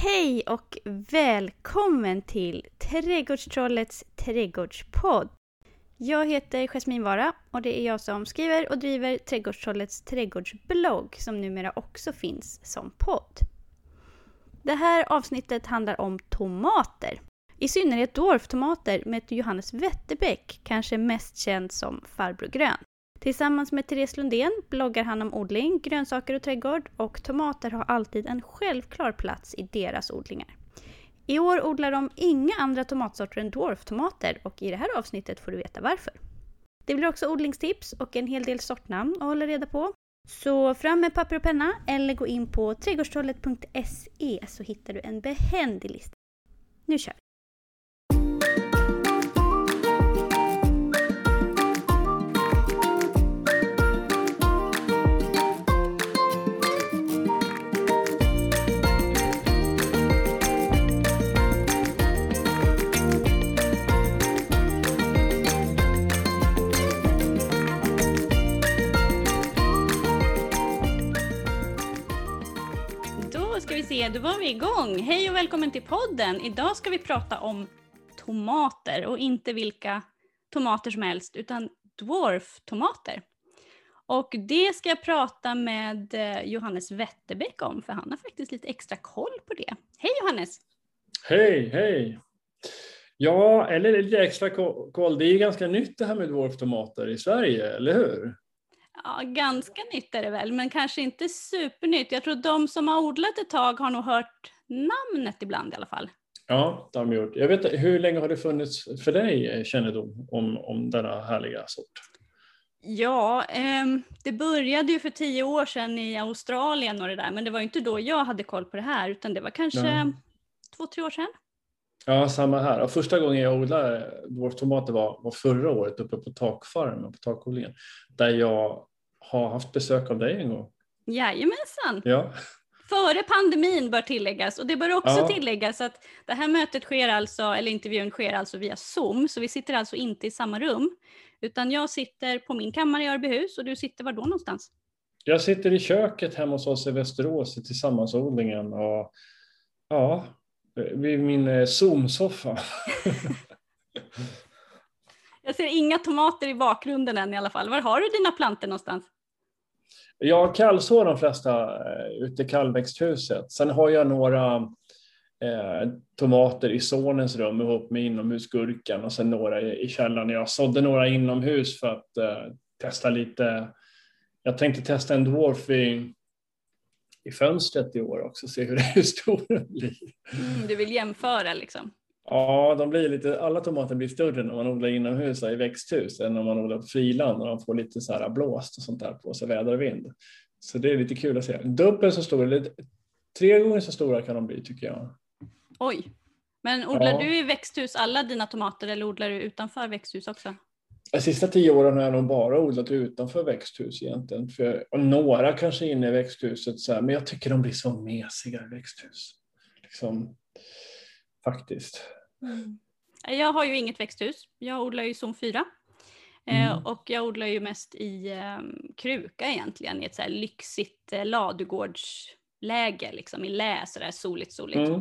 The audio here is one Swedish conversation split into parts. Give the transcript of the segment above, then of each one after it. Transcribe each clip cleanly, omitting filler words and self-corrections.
Hej och välkommen till Trädgårdstrollets trädgårdspodd. Jag heter Jasmin Vara och det är jag som skriver och driver Trädgårdstrollets trädgårdsblogg som numera också finns som podd. Det här avsnittet handlar om tomater. I synnerhet dwarftomater med Johannes Wetterbeck, kanske mest känd som Farbror Grön. Tillsammans med Therese Lundén bloggar han om odling, grönsaker och trädgård och tomater har alltid en självklar plats i deras odlingar. I år odlar de inga andra tomatsorter än dwarftomater och i det här avsnittet får du veta varför. Det blir också odlingstips och en hel del sortnamn att hålla reda på. Så fram med papper och penna eller gå in på trädgårdstrollet.se så hittar du en behändig lista. Nu kör vi! Då var vi igång. Hej och välkommen till podden. Idag ska vi prata om tomater och inte vilka tomater som helst utan dwarftomater. Och det ska jag prata med Johannes Wetterbeck om för han har faktiskt lite extra koll på det. Hej Johannes! Hej! Ja, eller lite extra koll. Det är ju ganska nytt det här med dwarftomater i Sverige, eller hur? Ja, ganska nytt är det väl, men kanske inte supernytt. Jag tror de som har odlat ett tag har nog hört namnet ibland i alla fall. Ja, det har de gjort. Jag vet, hur länge har det funnits för dig kännedom om denna härliga sort? Ja, det började ju för 10 år sedan i Australien och det där. Men det var ju inte då jag hade koll på det här, utan det var kanske 2-3 år sedan. Ja, samma här. Och första gången jag odlade dwarftomater var förra året uppe på takfarmen, på takodlingen. Där jag har haft besök av dig en gång. Jajamensan! Ja. Före pandemin bör tilläggas. Och det bör också tilläggas att det här mötet sker alltså, eller intervjun sker alltså via Zoom. Så vi sitter alltså inte i samma rum. Utan jag sitter på min kammare i Örbyhus och du sitter var då någonstans? Jag sitter i köket hemma hos oss i Västerås i Tillsammansodlingen. Och ja, vid min Zoom-soffa. Jag ser inga tomater i bakgrunden än i alla fall. Var har du dina plantor någonstans? Jag kallsår de flesta ute i kallväxthuset. Sen har jag några tomater i sonens rum ihop med inomhusgurkan. Och sen några i källaren. Jag sådde några inomhus för att testa lite. Jag tänkte testa en dwarf i fönstret i år också. Se hur stor den blir. Du vill jämföra liksom? Ja, alla tomater blir större när man odlar inomhus i växthus än när man odlar på friland och de får lite så här blåst och sånt där på sig, väder och vind. Så det är lite kul att se. Dubbelt så stora, eller 3 gånger så stora kan de bli tycker jag. Oj, men odlar du i växthus alla dina tomater eller odlar du utanför växthus också? De sista 10 åren har jag nog bara odlat utanför växthus egentligen. Och några kanske inne i växthuset så här, men jag tycker de blir så mesiga i växthus. Liksom. Faktiskt. Jag har ju inget växthus. Jag odlar ju zon 4. Och jag odlar ju mest i kruka egentligen. I ett så här lyxigt ladugårdsläge. Liksom, i lä, sådär soligt.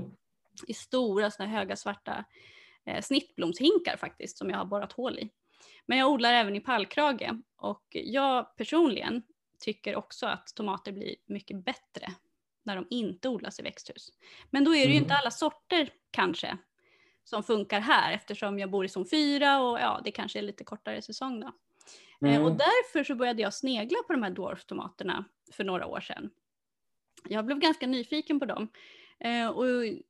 I stora såna höga svarta snittblomshinkar faktiskt. Som jag har borrat hål i. Men jag odlar även i pallkrage. Och jag personligen tycker också att tomater blir mycket bättre när de inte odlas i växthus. Men då är det ju inte alla sorter kanske som funkar här eftersom jag bor i zon 4 och det kanske är lite kortare säsong då. Och därför så började jag snegla på de här dwarftomaterna för några år sedan. Jag blev ganska nyfiken på dem. Och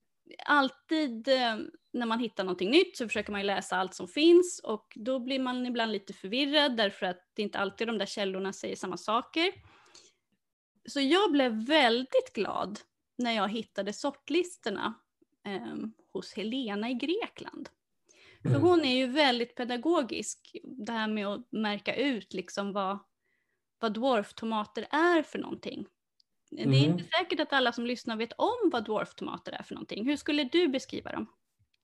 alltid när man hittar någonting nytt så försöker man ju läsa allt som finns och då blir man ibland lite förvirrad därför att det inte alltid de där källorna säger samma saker. Så jag blev väldigt glad när jag hittade sortlistorna hos Helena i Grekland. För hon är ju väldigt pedagogisk. Det här med att märka ut liksom vad dwarftomater är för någonting. Det är inte säkert att alla som lyssnar vet om vad dwarftomater är för någonting. Hur skulle du beskriva dem?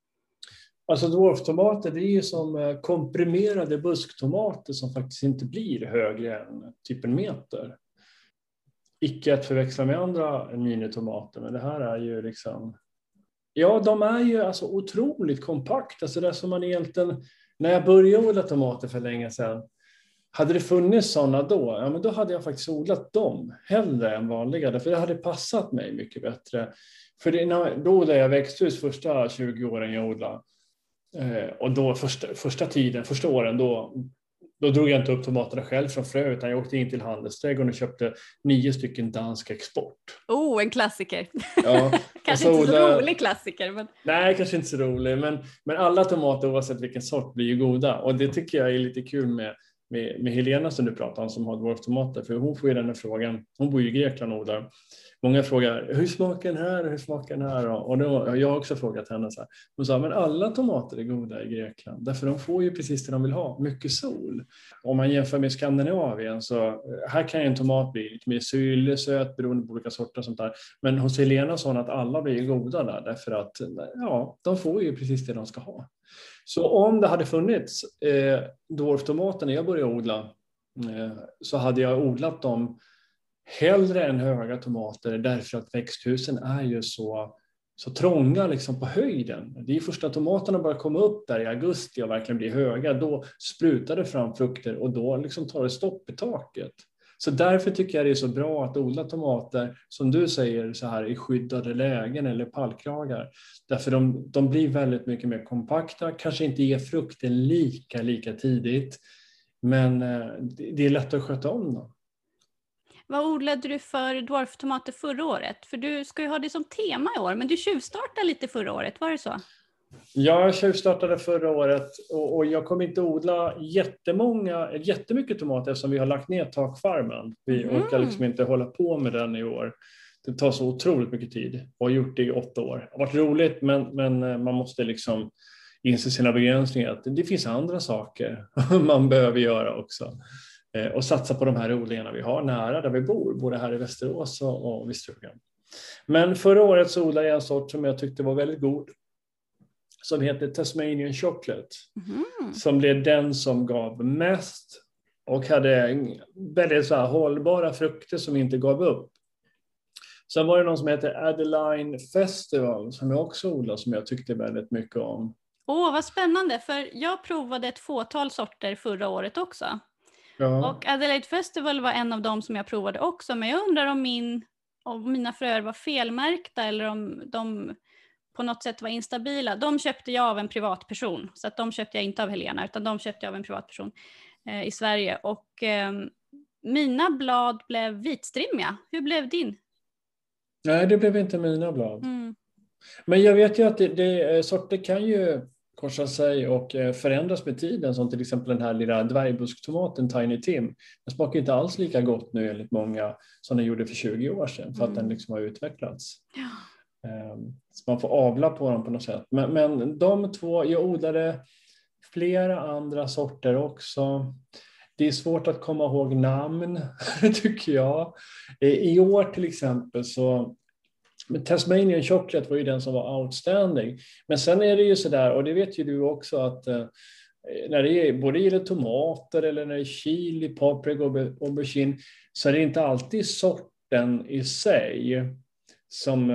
Alltså dwarftomater, det är ju som komprimerade busktomater som faktiskt inte blir högre än typ 1 meter. Icke att förväxla med andra minitomater, men det här är ju liksom Ja, de är ju alltså otroligt kompakta. Så där som man egentligen, när jag började odla tomater för länge sedan, hade det funnits sådana då, ja, men då hade jag faktiskt odlat dem hellre än vanliga. För det hade passat mig mycket bättre. För då odlade jag växthus första 20 åren jag odlade. Och då första åren, då drog jag inte upp tomaterna själv från frö, utan jag åkte in till handelsträdgården och köpte 9 stycken dansk export. Oh, en klassiker. Ja, Kanske inte så rolig klassiker. Men... Nej, kanske inte så rolig. Men alla tomater oavsett vilken sort blir ju goda. Och det tycker jag är lite kul med Helena som du pratar om, som har dwarftomater. För hon får ju den här frågan. Hon bor ju i Grekland och odlar. Många frågar, hur smakar den här och hur smakar den här? Och då, jag har också frågat henne så här. Hon sa, men alla tomater är goda i Grekland. Därför de får ju precis det de vill ha, mycket sol. Om man jämför med Skandinavien så här kan ju en tomat bli lite mer syrlig-söt beroende på olika sorter och sånt där. Men hos Helena sa hon att alla blir goda där. Därför att ja, de får ju precis det de ska ha. Så om det hade funnits dwarftomater när jag började odla så hade jag odlat dem hellre än höga tomater, därför att växthusen är ju så trånga liksom på höjden. Det är först när tomaterna börjar komma upp där i augusti och verkligen blir höga, då sprutar det fram frukter och då liksom tar det stopp i taket. Så därför tycker jag det är så bra att odla tomater, som du säger, så här i skyddade lägen eller pallkragar. Därför de blir väldigt mycket mer kompakta, kanske inte ger frukten lika tidigt, men det är lätt att sköta om dem. Vad odlade du för dwarftomater förra året? För du ska ju ha det som tema i år, men du tjuvstartade lite förra året, var det så? Ja, jag tjuvstartade förra året och jag kommer inte odla jättemycket tomater eftersom vi har lagt ner takfarmen. Vi orkar liksom inte hålla på med den i år. Det tar så otroligt mycket tid och har gjort det i 8 år. Det har varit roligt, men man måste liksom inse sina begränsningar. Att det finns andra saker man behöver göra också. Och satsa på de här odlingarna vi har nära där vi bor, både här i Västerås och vid stugan. Men förra året så odlade jag en sort som jag tyckte var väldigt god, som heter Tasmanian Chocolate, som blev den som gav mest och hade väldigt så här hållbara frukter som inte gav upp. Sen var det någon som heter Adeline Festival som jag också odlade, som jag tyckte väldigt mycket om. Vad spännande, för jag provade ett fåtal sorter förra året också. Ja. Och Adelaide Festival var en av dem som jag provade också, men jag undrar om mina fröer var felmärkta eller om de på något sätt var instabila. De köpte jag av en privatperson, så att de köpte jag inte av Helena, utan de köpte jag av en privatperson i Sverige. Och mina blad blev vitstrimmiga. Hur blev din? Nej, det blev inte mina blad. Men jag vet ju att sorter kan ju korsa sig och förändras med tiden, som till exempel den här lilla dvärgbuskttomaten Tiny Tim. Den smakar inte alls lika gott nu enligt många som den gjorde för 20 år sedan, för att den liksom har utvecklats. Ja. Så man får avla på dem på något sätt. Men de två, jag odlade flera andra sorter också. Det är svårt att komma ihåg namn, tycker jag. I år till exempel så Tasmanian Chocolate var ju den som var outstanding. Men sen är det ju sådär, och det vet ju du också, att när det är både gäller tomater eller när det är chili, paprika och aubergine, så är det inte alltid sorten i sig som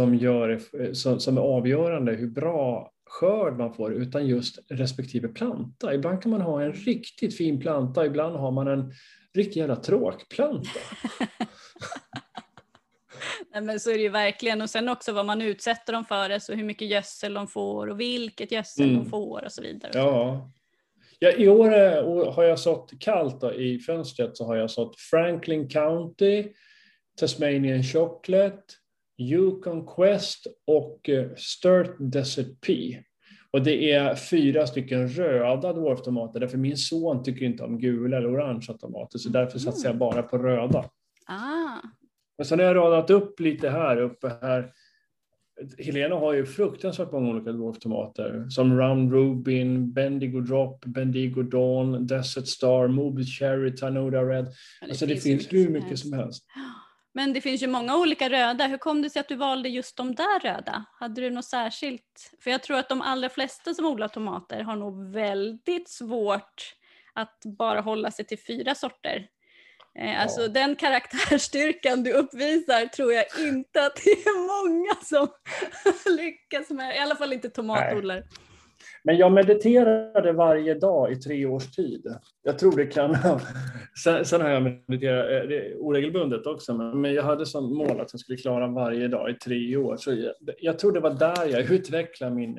är avgörande hur bra skörd man får, utan just respektive planta. Ibland kan man ha en riktigt fin planta, ibland har man en riktigt jävla tråkplanta. Nej, men så är det ju verkligen. Och sen också vad man utsätter dem för, så hur mycket gödsel de får och vilket gödsel de får och så vidare. Ja. Ja, i år har jag sått kallt då, i fönstret så har jag sått Franklin County, Tasmanian Chocolate, Yukon Quest och Sturt Desert Pea. Och det är 4 stycken röda dwarftomater, därför min son tycker inte om gula eller orangea tomater, så därför satsar jag bara på röda. Men sen har jag radat upp lite här uppe här. Helena har ju fruktansvärt många olika dwarftomater, som Round Rubin, Bendigo Drop, Bendigo Dawn, Desert Star, Moby Cherry, Tanoda Red. Alltså det finns hur mycket som helst. Men det finns ju många olika röda. Hur kom det sig att du valde just de där röda? Hade du något särskilt? För jag tror att de allra flesta som odlar tomater har nog väldigt svårt att bara hålla sig till 4 sorter. Alltså den karaktärsstyrkan du uppvisar tror jag inte att det är många som lyckas med. I alla fall inte tomatodlare. Nej. Men jag mediterade varje dag i 3 års tid. Jag tror det kan... Sen har jag mediterat oregelbundet också. Men jag hade som mål att jag skulle klara varje dag i 3 år. Så jag tror det var där jag utvecklade min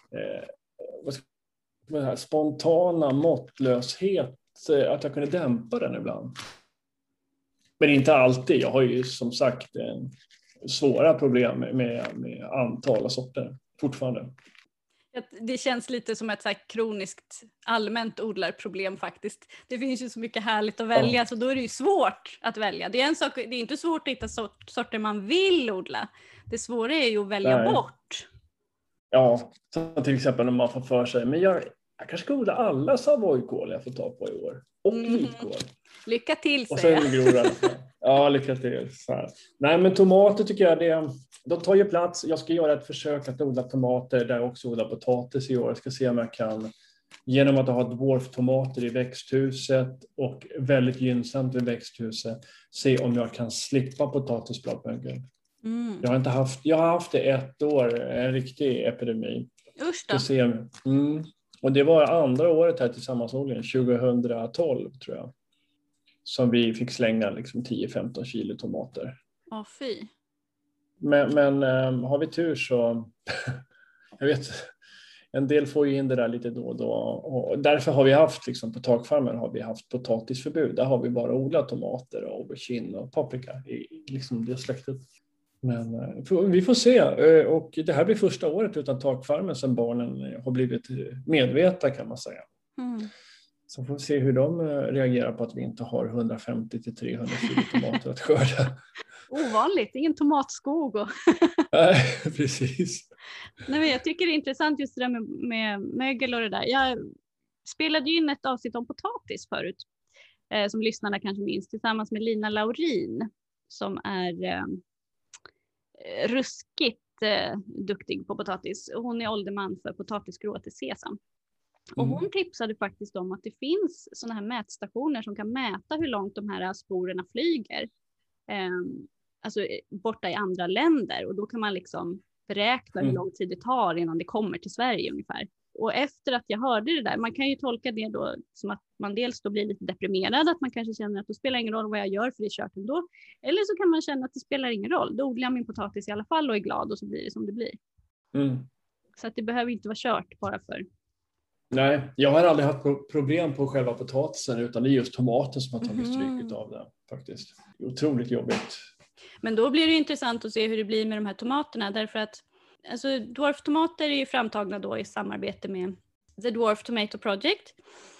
spontana måttlöshet. Att jag kunde dämpa den ibland. Men inte alltid. Jag har ju som sagt svåra problem med antal och sorter fortfarande. Det känns lite som ett så här kroniskt allmänt odlarproblem faktiskt. Det finns ju så mycket härligt att välja, så då är det ju svårt att välja. Det är inte svårt att hitta sorter man vill odla. Det svåra är ju att välja bort. Ja, så till exempel när man får för sig, men jag kanske ska odla alla savoykål jag får ta på i år. Och vitkål. Lycka till, säger jag. Ja, lycka till. Så här. Nej, men tomater tycker jag de tar ju plats. Jag ska göra ett försök att odla tomater där jag också odlar potatis i år. Jag ska se om jag kan, genom att ha dwarf-tomater i växthuset och väldigt gynnsamt i växthuset, se om jag kan slippa potatisbladmögel. Jag har haft det 1 år, en riktig epidemi. Usch då. Och det var andra året här tillsammans, 2012 tror jag. Som vi fick slänga liksom 10-15 kilo tomater. Fy. Men har vi tur så, jag vet, en del får ju in det där lite då och då. Och därför har vi haft, liksom, på takfarmen har vi haft potatisförbud. Där har vi bara odlat tomater och aubergine och paprika i liksom det släktet. Men vi får se. Och det här blir första året utan takfarmen sedan barnen har blivit medvetna, kan man säga. Så får vi se hur de reagerar på att vi inte har 150-300 kilo tomater att skörda. Ovanligt, ingen tomatskog. Nej, precis. Nej, men jag tycker det är intressant just det där med mögel och det där. Jag spelade ju in ett avsnitt om potatis förut. Som lyssnarna kanske minns, tillsammans med Lina Laurin. Som är ruskigt duktig på potatis. Hon är ålderman för potatisgrået i Sesam. Och hon tipsade faktiskt om att det finns såna här mätstationer som kan mäta hur långt de här sporerna flyger. Alltså borta i andra länder. Och då kan man liksom beräkna hur lång tid det tar innan det kommer till Sverige ungefär. Och efter att jag hörde det där, man kan ju tolka det då som att man dels då blir lite deprimerad, att man kanske känner att det spelar ingen roll vad jag gör för det är kört ändå. Eller så kan man känna att det spelar ingen roll, då odlar jag min potatis i alla fall och är glad och så blir det som det blir. Så att det behöver inte vara kört bara för... Nej, jag har aldrig haft problem på själva potatisen, utan det är just tomaten som har tagit stryket av det faktiskt. Det är otroligt jobbigt. Men då blir det intressant att se hur det blir med de här tomaterna, därför att alltså, dwarf-tomater är ju framtagna då i samarbete med The Dwarf Tomato Project.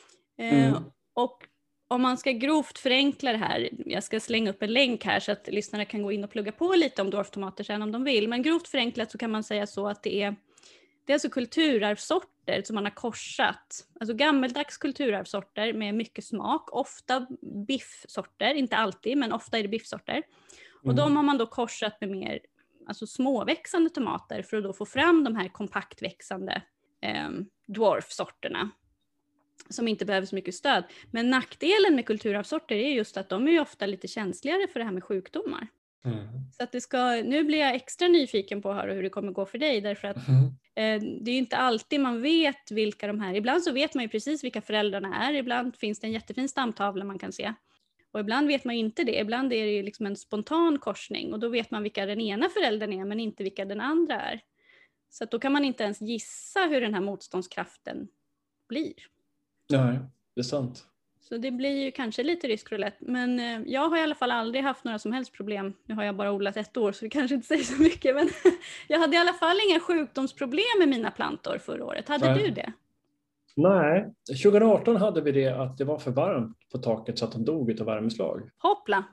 Och om man ska grovt förenkla det här, jag ska slänga upp en länk här så att lyssnarna kan gå in och plugga på lite om dwarf-tomater sen om de vill. Men grovt förenklat så kan man säga så att det är alltså kulturarvssorter som man har korsat. Alltså gammeldags kulturarvssorter med mycket smak. Ofta biffsorter, inte alltid men ofta är det biffsorter. Och de har man då korsat med mer alltså småväxande tomater för att då få fram de här kompaktväxande dwarf-sorterna som inte behöver så mycket stöd. Men nackdelen med kulturarvssorter är just att de är ju ofta lite känsligare för det här med sjukdomar. Så att nu blir jag extra nyfiken på att höra hur det kommer gå för dig, därför att det är ju inte alltid man vet vilka de här, ibland så vet man ju precis vilka föräldrarna är, ibland finns det en jättefin stamtavla man kan se. Och ibland vet man inte det, ibland är det ju liksom en spontan korsning och då vet man vilka den ena föräldern är men inte vilka den andra är. Så att då kan man inte ens gissa hur den här motståndskraften blir. Nej, det är sant. Så det blir ju kanske lite riskroulette, men jag har i alla fall aldrig haft några som helst problem. Nu har jag bara odlat 1 år så det kanske inte säger så mycket, men jag hade i alla fall inga sjukdomsproblem med mina plantor förra året. Hade du det? Nej, 2018 hade vi det att det var för varmt på taket så att de dog utav värmeslag. Hoppla!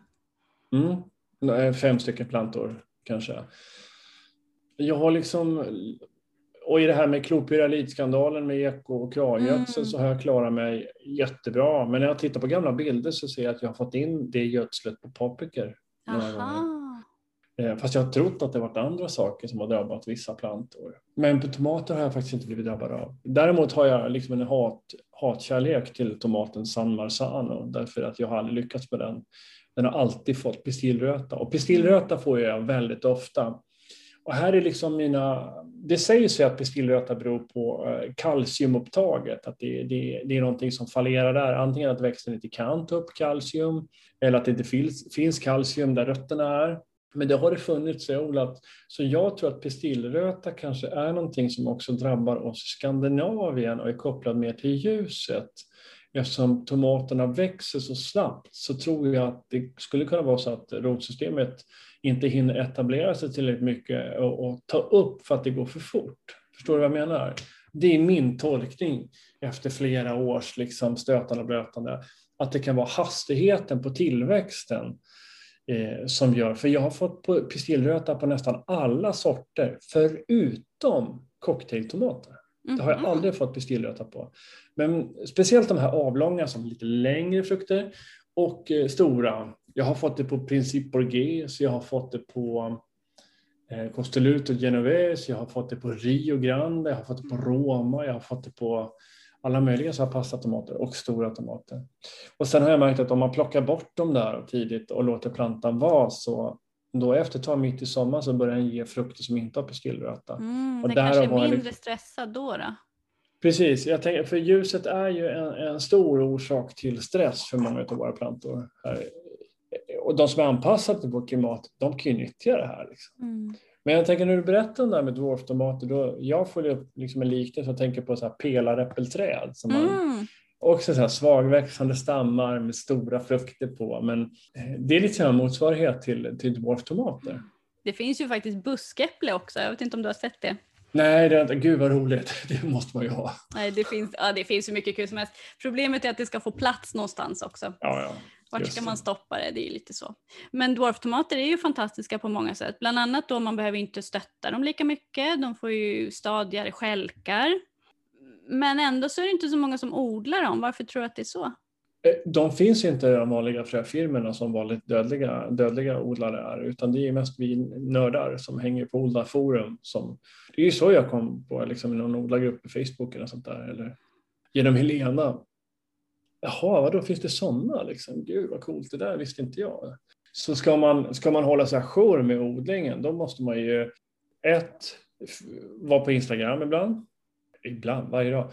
5 stycken plantor kanske. Jag har liksom, och i det här med klopyralidskandalen med eko och kravgödsel så har jag klarat mig jättebra. Men när jag tittar på gamla bilder så ser jag att jag har fått in det gödslet på paprikor. Fast jag har trott att det varit andra saker som har drabbat vissa plantor. Men på tomater har jag faktiskt inte blivit drabbad av. Däremot har jag liksom en hatkärlek till tomaten San Marzano. Därför att jag har aldrig lyckats med den. Den har alltid fått pistilröta. Och pistilröta får jag väldigt ofta. Och här är liksom det säger sig att pistilröta beror på kalciumupptaget. Att det är någonting som fallerar där. Antingen att växten inte kan ta upp kalcium. Eller att det inte finns kalcium där rötterna är. Men det har det funnits, odlat. Så jag tror att pistilröta kanske är någonting som också drabbar oss i Skandinavien och är kopplad mer till ljuset. Eftersom tomaterna växer så snabbt så tror jag att det skulle kunna vara så att rotsystemet inte hinner etablera sig tillräckligt mycket och ta upp för att det går för fort. Förstår du vad jag menar? Det är min tolkning efter flera års liksom stötande och blötande. Att det kan vara hastigheten på tillväxten som gör. För jag har fått pistilröta på nästan alla sorter förutom cocktailtomater. Det har jag aldrig fått pistilröta på. Men speciellt de här avlånga som lite längre frukter och stora. Jag har fått det på Principe Borghese, jag har fått det på Costeluto Genovese, jag har fått det på Rio Grande, jag har fått det på Roma, jag har fått det på alla möjliga så här pastatomater och stora tomater. Och sen har jag märkt att om man plockar bort dem där tidigt och låter plantan vara så då efter ett tag mitt i sommar så börjar den ge frukter som inte har pistilröta. Och den kanske är mindre stressad då? Precis, jag tänker, för ljuset är ju en stor orsak till stress för många av våra plantor. Och de som är anpassade till vårt klimat, de kan ju nyttja det här. Liksom. Men jag tänker när du berättar om det här med dwarftomater, då jag får ju liksom en liknelse, jag tänker på så här pelaräppelträd som man också så här svagväxande stammar med stora frukter på. Men det är lite en motsvarighet till dwarftomater. Det finns ju faktiskt buskäpple också, jag vet inte om du har sett det. Nej, det är inte. Gud vad roligt. Det måste man ju ha. Nej, det finns ju mycket kul som helst. Problemet är att det ska få plats någonstans också. Ja. Vart ska man stoppa det? Det är ju lite så. Men dwarftomater är ju fantastiska på många sätt. Bland annat då man behöver inte stötta dem lika mycket. De får ju stadigare stjälkar. Men ändå så är det inte så många som odlar dem. Varför tror du att det är så? De finns inte i de vanliga fröfirmorna som vanligt dödliga odlare är. Utan det är mest vi nördar som hänger på odlarforum. Det är ju så jag kom på liksom, någon odlargrupp på Facebook eller sånt där. Eller genom Helena. Jaha, vadå finns det sådana liksom? Gud vad coolt, det där visste inte jag. Så ska man hålla sig ajour med odlingen, då måste man ju vara på Instagram ibland, varje dag.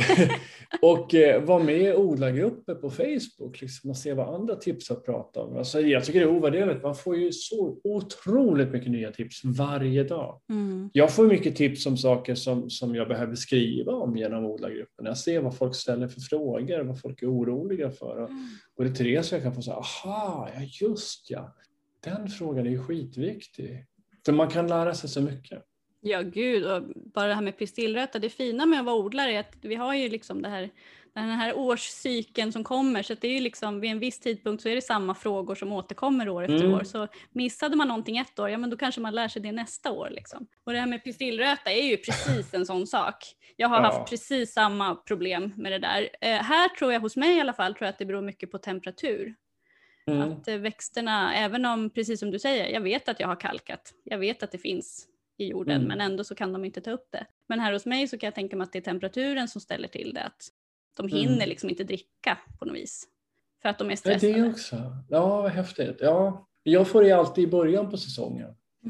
Och vara med i odlargrupper på Facebook liksom, och se vad andra tips att prata om. Alltså, jag tycker det är ovärderligt. Man får ju så otroligt mycket nya tips varje dag. Jag får mycket tips om saker som jag behöver skriva om genom odlargruppen. Jag ser vad folk ställer för frågor, vad folk är oroliga för. Och det är Therese jag kan få säga, aha, ja just ja. Den frågan är ju skitviktig. För man kan lära sig så mycket. Ja gud, och bara det här med pistilröta, det fina med att vara odlare är att vi har ju liksom den här årscykeln som kommer, så att det är ju liksom vid en viss tidpunkt så är det samma frågor som återkommer år efter år. Så missade man någonting ett år, ja men då kanske man lär sig det nästa år liksom. Och det här med pistilröta är ju precis en sån sak. Jag har haft precis samma problem med det där. Här tror jag, hos mig i alla fall, tror jag att det beror mycket på temperatur. Att växterna, även om, precis som du säger, jag vet att jag har kalkat, jag vet att det finns i jorden, men ändå så kan de inte ta upp det. Men här hos mig så kan jag tänka mig att det är temperaturen som ställer till det, att de hinner liksom inte dricka på något vis. För att de är stressade. Ja, det också. Ja, vad häftigt. Ja, jag får det alltid i början på säsongen.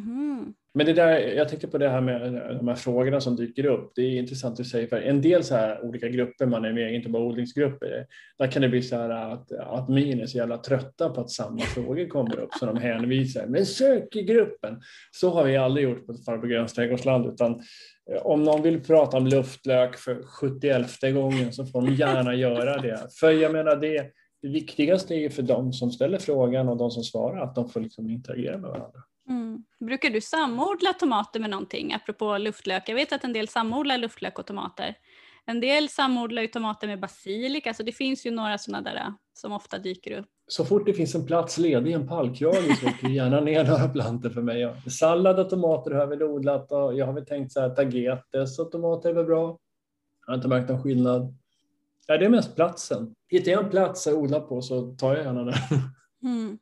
Men det där, jag tänkte på det här med de här frågorna som dyker upp. Det är intressant att säga, för en del så här olika grupper man är med, inte bara odlingsgrupper, där kan det bli så här att min är så jävla trötta på att samma frågor kommer upp så de hänvisar. Men sök i gruppen! Så har vi aldrig gjort på Farbror Gröns trädgårdsland, utan om någon vill prata om luftlök för 71:e gången så får de gärna göra det. För jag menar, det viktigaste är ju för de som ställer frågan och de som svarar att de får liksom interagera med varandra. Brukar du samodla tomater med någonting, apropå luftlök? Jag vet att en del samodlar luftlök och tomater. En del samodlar ju tomater med basilika, alltså det finns ju några sådana där som ofta dyker upp. Så fort det finns en plats ledig i en pallkrage så åker gärna ner några plantor för mig. Ja. Sallad och tomater har jag väl odlat och jag har väl tänkt så här, tagetes och tomater är väl bra. Jag har inte märkt någon skillnad. Ja, det är mest platsen. Hittar jag en plats att odla på så tar jag gärna den.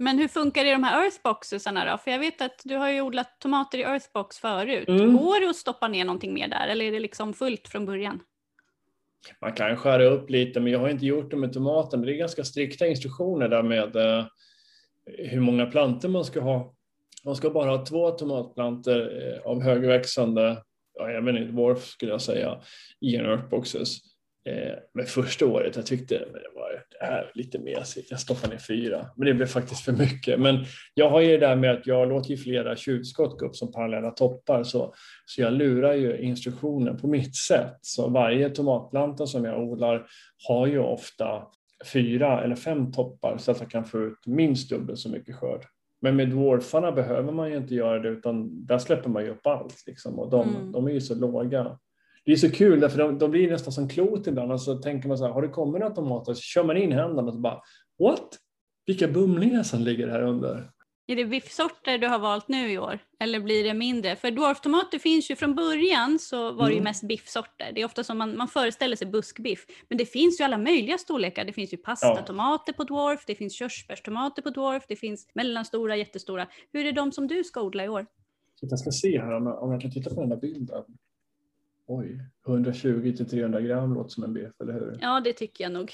Men hur funkar det i de här earthboxesarna då? För jag vet att du har ju odlat tomater i earthbox förut. Går det att stoppa ner någonting mer där eller är det liksom fullt från början? Man kan skära upp lite, men jag har inte gjort det med tomaten. Det är ganska strikta instruktioner där med hur många plantor man ska ha. Man ska bara ha 2 tomatplantor av högväxande, även i dwarf skulle jag säga, i en earthboxes. Men första året jag tyckte det här lite mesigt. Jag stoppade ner 4, men det blev faktiskt för mycket. Men jag har ju det där med att jag låter ju flera tjuvskott gå upp som parallella toppar, så jag lurar ju instruktionen på mitt sätt. Så varje tomatplanta som jag odlar har ju ofta 4 eller 5 toppar så att jag kan få ut minst dubbelt så mycket skörd. Men med dwarfarna behöver man ju inte göra det, utan där släpper man ju upp allt liksom, och de är ju så låga. Det är så kul därför de blir nästan som klot ibland, och så tänker man så här, har det kommit några tomater, så kör man in händerna och så bara, what? Vilka bumlingar som ligger här under. Är det biffsorter du har valt nu i år? Eller blir det mindre? För dwarftomater finns ju från början, så var det ju mest biffsorter. Det är ofta som man föreställer sig buskbiff. Men det finns ju alla möjliga storlekar. Det finns ju pastatomater på dwarf, det finns körsbärstomater på dwarf, det finns mellanstora, jättestora. Hur är de som du ska odla i år? Jag ska se här om jag kan titta på den där bilden. Oj, 120-300 gram låter som en biff, eller hur? Ja, det tycker jag nog.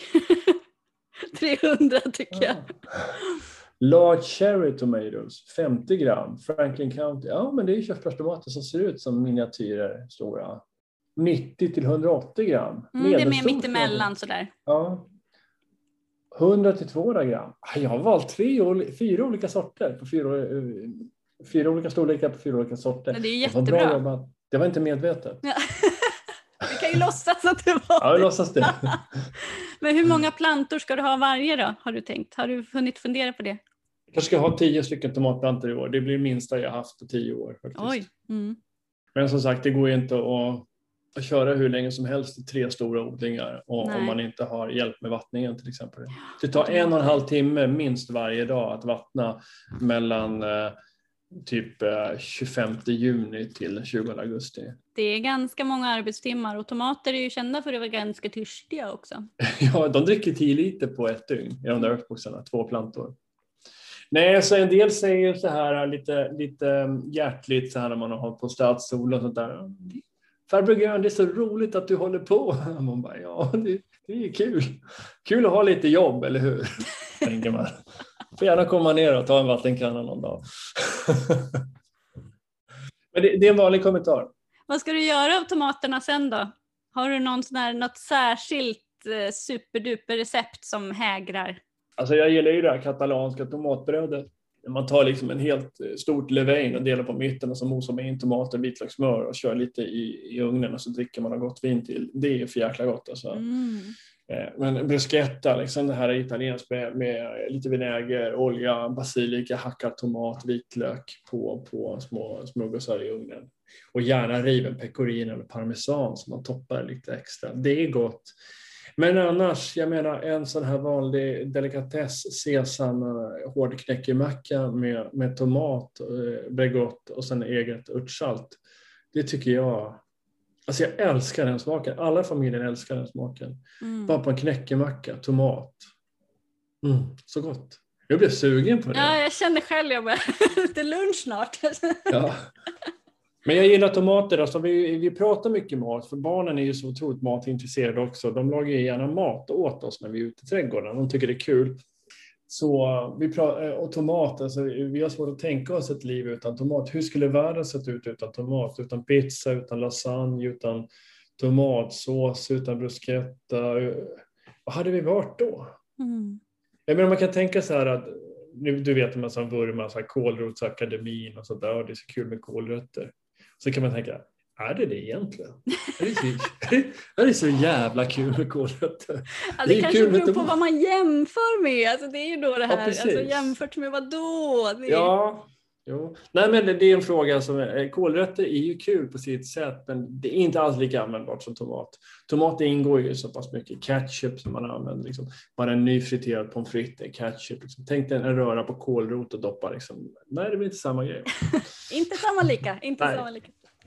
300 tycker jag. Large cherry tomatoes, 50 gram. Franklin County. Ja, men det är körsbärstomater som ser ut som miniatyrer stora. 90-180 gram. Det är mer mittemellan sådär. Ja. 100-200 gram. Jag har valt 4 olika sorter på 4 olika storlekar på 4 olika sorter. Men det är jättebra. Det var inte medvetet. Ja. Vi kan ju låtsas att det var ja, jag låtsas det. Men hur många plantor ska du ha varje då, har du tänkt? Har du hunnit fundera på det? Jag ska ha 10 stycken tomatplantor i år. Det blir minsta jag haft på 10 år faktiskt. Oj. Men som sagt, det går ju inte att köra hur länge som helst i 3 stora odlingar om man inte har hjälp med vattningen till exempel. Det tar 1,5 timme minst varje dag att vattna mellan typ 25 juni till 20 augusti. Det är ganska många arbetstimmar, och tomater är ju kända för att vara ganska törstiga också. Ja, de dricker 10 liter på 1 dygn i de där earthboxarna, 2 plantor. Nej, så en del säger så här lite hjärtligt så här när man har hållit på stadssol och sånt där. Farbror Grön, det är så roligt att du håller på. Man bara, ja, det är kul. Kul att ha lite jobb, eller hur? Tänker man. Får gärna komma ner och ta en vattenkanna någon dag. Men det är en vanlig kommentar. Vad ska du göra av tomaterna sen då? Har du något särskilt superduper recept som hägrar? Alltså jag gillar ju det här katalanska tomatbrödet. Man tar liksom en helt stort levain och delar på mitten och så mosar man in tomater, vitlökssmör och kör lite i ugnen och så dricker man gott vin till. Det är för jäkla gott alltså. Men bruschetta, liksom det här är italienskt med lite vinäger, olja, basilika, hackad tomat, vitlök på små smörgåsar i ugnen. Och gärna riven pecorino eller parmesan som man toppar lite extra. Det är gott. Men annars, jag menar en sån här vanlig delikatess, sesam, hårdknäckemacka med tomat, bregott och sen eget örtsalt. Det tycker jag, alltså jag älskar den smaken. Alla familjer älskar den smaken. Bara på en knäckemacka, tomat. Så gott. Jag blev sugen på det. Ja, jag känner själv, jag bara, det är lunch snart. Ja. Men jag gillar tomater. Alltså vi pratar mycket mat, för barnen är ju så otroligt matintresserade också. De lagar ju gärna mat åt oss när vi är ute i trädgården. De tycker det är kul. Så och tomat, alltså, vi har svårt att tänka oss ett liv utan tomat. Hur skulle världen sett ut utan tomat? Utan pizza, utan lasagne, utan tomatsås, utan bruschetta. Vad hade vi varit då? Jag menar, man kan tänka så här att du vet en massa vurmar, så här kålrotsakademin och sånt där. Det är så kul med kålrötter. Så kan man tänka, är det egentligen? Är det så jävla kul med kålrötter? Ja, det kanske beror på vad man jämför med. Alltså, det är ju då det här, alltså, jämfört med vad då? Ja, jo. Nej, men det är en fråga som kålrötter är ju kul på sitt sätt, men det är inte alls lika användbart som tomat. Tomat ingår ju så pass mycket ketchup som man använder. Liksom. Bara en nyfriterad pommes frites är ketchup. Liksom. Tänk dig en röra på kålrot och doppa. Liksom. Nej, det blir inte samma grej. Inte samma lika.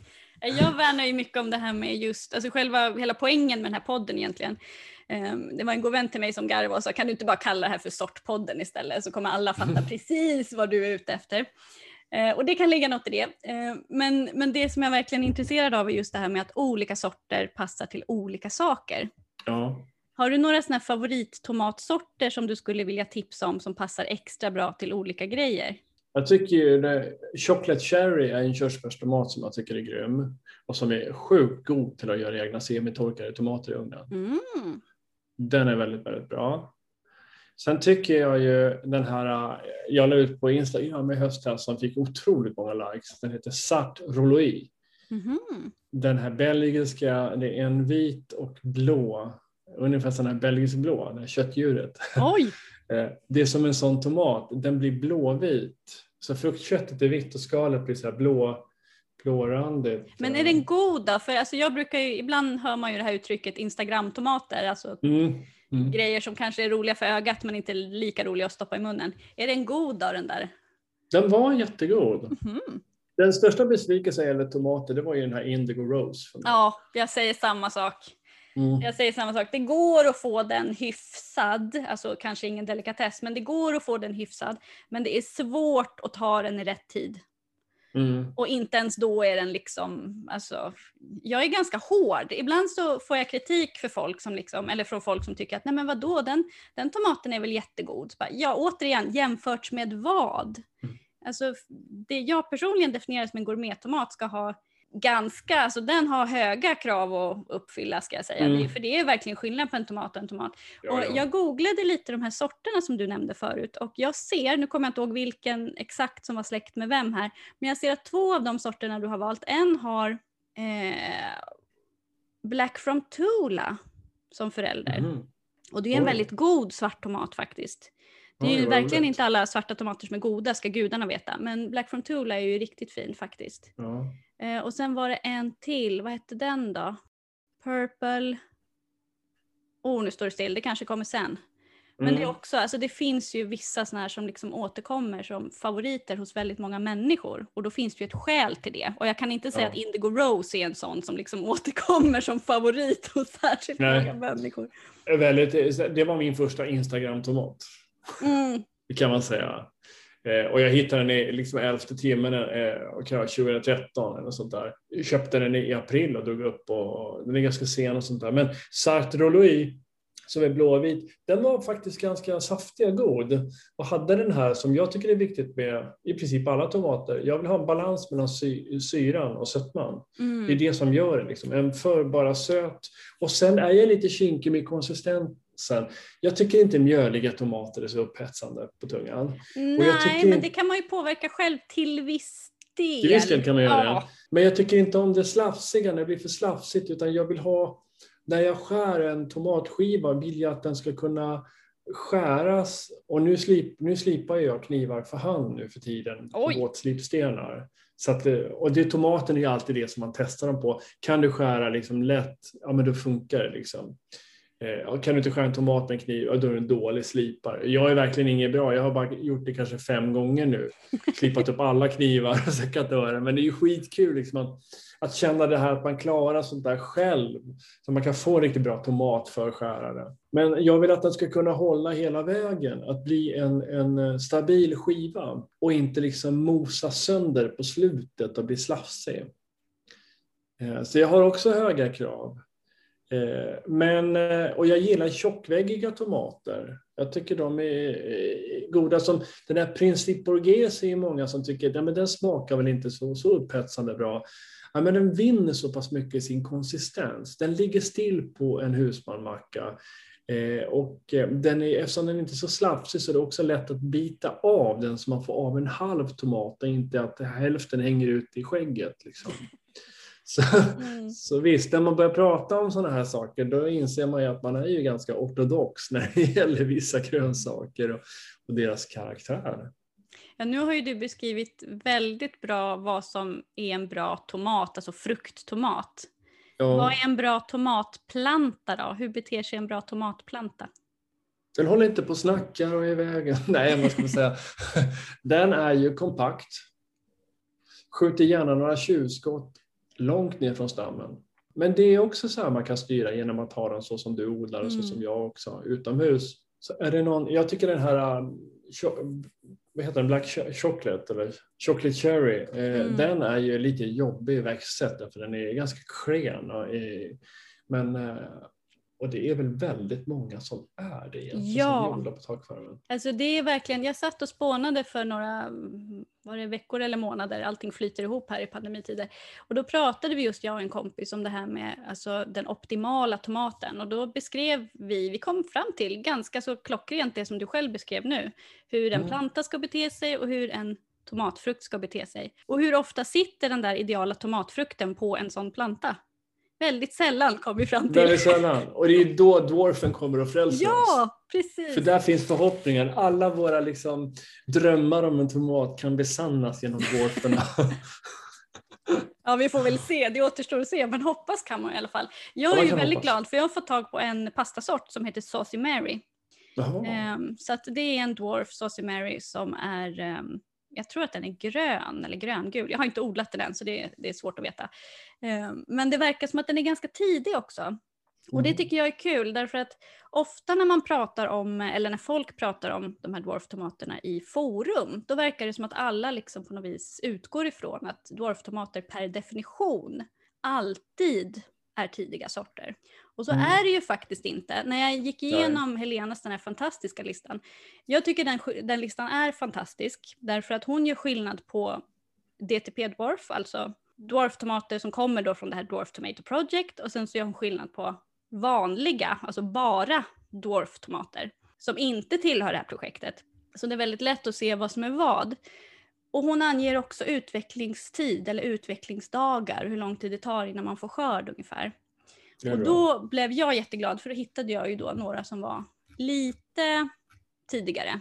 Jag värnar ju mycket om det här med just, alltså hela poängen med den här podden egentligen. Det var en god vän till mig som garvade och sa, kan du inte bara kalla det här för sortpodden istället, så kommer alla fatta precis vad du är ute efter. Och det kan ligga något i det. Men det som jag verkligen är intresserad av är just det här med att olika sorter passar till olika saker. Ja. Har du några såna här favorittomatsorter som du skulle vilja tipsa om som passar extra bra till olika grejer? Jag tycker ju chocolate cherry är en körsbärstomat som jag tycker är grym. Och som är sjukt god till att göra egna semitorkade tomater i ugnen. Mm. Den är väldigt, väldigt bra. Sen tycker jag ju den här, jag la ut på Instagram i höstas som fick otroligt många likes. Den heter Sart Roloi. Mm. Den här belgiska, det är en vit och blå, ungefär sån här belgisk blå, det här köttdjuret. Oj! Det är som en sån tomat, den blir blåvit. Så fruktköttet är vitt och skalet blir så här blårandigt. Men är den god då? För alltså jag brukar ju, ibland hör man ju det här uttrycket Instagram-tomater, alltså grejer som kanske är roliga för ögat men inte lika roliga att stoppa i munnen. Är den god då, den där? Den var jättegod. Mm. Den största besvikelsen gäller tomater, det var ju den här Indigo Rose. Ja, jag säger samma sak. Jag säger samma sak. Det går att få den hyfsad, alltså kanske ingen delikatess, men det går att få den hyfsad. Men det är svårt att ta den i rätt tid. Och inte ens då är den liksom, alltså, jag är ganska hård. Ibland så får jag kritik för folk som liksom, eller från folk som tycker att nej men vadå, den tomaten är väl jättegod. Så bara, ja, återigen, jämfört med vad? Alltså det jag personligen definierar som en gourmettomat ska ha ganska, alltså den har höga krav att uppfylla, ska jag säga. För det är verkligen skillnad på en tomat och en tomat. Och jag googlade lite de här sorterna som du nämnde förut och jag ser, nu kommer jag inte ihåg vilken exakt som var släkt med vem här, men jag ser att 2 av de sorterna du har valt, en har Black from Tula som förälder. Och det är en väldigt god svart tomat faktiskt. Det är ju verkligen inte alla svarta tomater som är goda, ska gudarna veta. Men Black from Tula är ju riktigt fin faktiskt. Och sen var det en till, vad hette den då? Purple. Nu står det still, det kanske kommer sen. Men det är också, alltså det finns ju vissa såna här som liksom återkommer som favoriter hos väldigt många människor. Och då finns det ju ett skäl till det. Och jag kan inte säga att Indigo Rose är en sån som liksom återkommer som favorit hos särskilt många människor. Det var min första Instagram-tomat. Det kan man säga. Och jag hittade den i liksom 11:e timmen 2013 eller sånt där. Jag köpte den i april och drog upp och den är ganska sen och sånt där. Men Sart Roloi som är blåvit, den var faktiskt ganska saftig och god. Och hade den här som jag tycker är viktigt med i princip alla tomater. Jag vill ha en balans mellan syran och sötman. Det är det som gör det liksom. En för bara söt. Och sen är jag lite kinkig med konsistensen. Jag tycker inte mjöliga tomater är så upphetsande på tungan. Nej, och jag tycker men det kan man ju påverka själv till viss del. Till viss del kan man göra det. Men jag tycker inte om det slafsiga när det blir för slafsigt, utan jag vill ha, när jag skär en tomatskiva vill jag att den ska kunna skäras, och nu slipar jag knivar för hand nu för tiden på våtslipstenar. Så att, och det, tomaten är ju alltid det som man testar dem på. Kan du skära liksom lätt, ja men då funkar det liksom. Kan du inte skära en tomat med en kniv, då är du en dålig slipare. Jag är verkligen ingen bra, jag har bara gjort det kanske 5 gånger nu. Slipat upp alla knivar och sekatörer. Men det är ju skitkul liksom att känna det här att man klarar sånt där själv. Så man kan få riktigt bra tomat för skärare. Men jag vill att den ska kunna hålla hela vägen. Att bli en stabil skiva. Och inte liksom mosa sönder på slutet och bli slafsig. Så jag har också höga krav. Och jag gillar tjockväggiga tomater. Jag tycker de är goda. Som den här Principe Borghese är många som tycker att den smakar väl inte så upphetsande bra. Ja, men den vinner så pass mycket i sin konsistens. Den ligger still på en husmanmacka. Och eftersom den inte är så slafsig så är det också lätt att bita av den, så man får av en halv tomat och inte att hälften hänger ut i skägget liksom. Så visst, när man börjar prata om sådana här saker, då inser man ju att man är ju ganska ortodox när det gäller vissa grönsaker och deras karaktär. Ja, nu har ju du beskrivit väldigt bra vad som är en bra tomat, alltså frukttomat. Ja. Vad är en bra tomatplanta då? Hur beter sig en bra tomatplanta? Den håller inte på och snackar och är i vägen. Nej, vad ska man säga? Den är ju kompakt. Skjuter gärna några tjuvskott. långt ner från stammen. Men det är också så här man kan styra genom att ha den så som du odlar och så som jag också utomhus. Så är det någon, jag tycker den här vad heter den, Black Chocolate eller Chocolate Cherry, den är ju lite jobbig i växtsätt för den är ganska klen och det är väl väldigt många som är det egentligen som odlar på takfarmen. Alltså det är verkligen, jag satt och spånade för några veckor eller månader, allting flyter ihop här i pandemitider. Och då pratade vi just, jag och en kompis, om det här med alltså, den optimala tomaten. Och då beskrev vi kom fram till ganska så klockrent det som du själv beskrev nu. Hur en planta ska bete sig och hur en tomatfrukt ska bete sig. Och hur ofta sitter den där ideala tomatfrukten på en sån planta? Väldigt sällan kom vi fram till. Väldigt sällan. Och det är då dwarfen kommer att frälsa oss. Ja, precis. För där finns förhoppningen. Alla våra liksom drömmar om en tomat kan besannas genom dwarferna. Ja, vi får väl se. Det återstår att se. Men hoppas kan man i alla fall. Jag är ju väldigt glad för jag har fått tag på en pastasort som heter Saucy Mary. Så att det är en dwarf Saucy Mary som är... jag tror att den är grön eller gröngul. Jag har inte odlat den än så det är svårt att veta. Men det verkar som att den är ganska tidig också. Och det tycker jag är kul därför att ofta när man pratar om, eller när folk pratar om de här dwarftomaterna i forum, då verkar det som att alla liksom på något vis utgår ifrån att dwarftomater per definition alltid är tidiga sorter. Och så är det ju faktiskt inte. När jag gick igenom Helenas den här fantastiska listan. Jag tycker den listan är fantastisk. Därför att hon gör skillnad på DTP Dwarf. Alltså dwarftomater som kommer då från det här Dwarf Tomato Project. Och sen så gör hon skillnad på vanliga, alltså bara dwarftomater. Som inte tillhör det här projektet. Så det är väldigt lätt att se vad som är vad. Och hon anger också utvecklingstid eller utvecklingsdagar. Hur lång tid det tar innan man får skörd ungefär. Och då blev jag jätteglad för då hittade jag ju då några som var lite tidigare.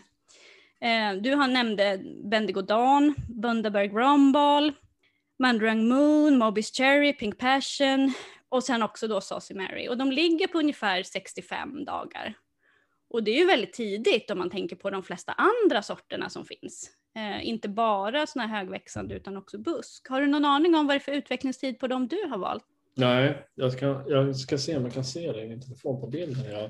Du nämnde Bendigo Dawn, Bundaberg Rumball, Mandarang Moon, Mobis Cherry, Pink Passion och sen också då Saucy Mary. Och de ligger på ungefär 65 dagar. Och det är ju väldigt tidigt om man tänker på de flesta andra sorterna som finns. Inte bara såna här högväxande utan också busk. Har du någon aning om vad det är för utvecklingstid på dem du har valt? Nej, jag ska se om jag kan se det i min telefon på bilden. Jag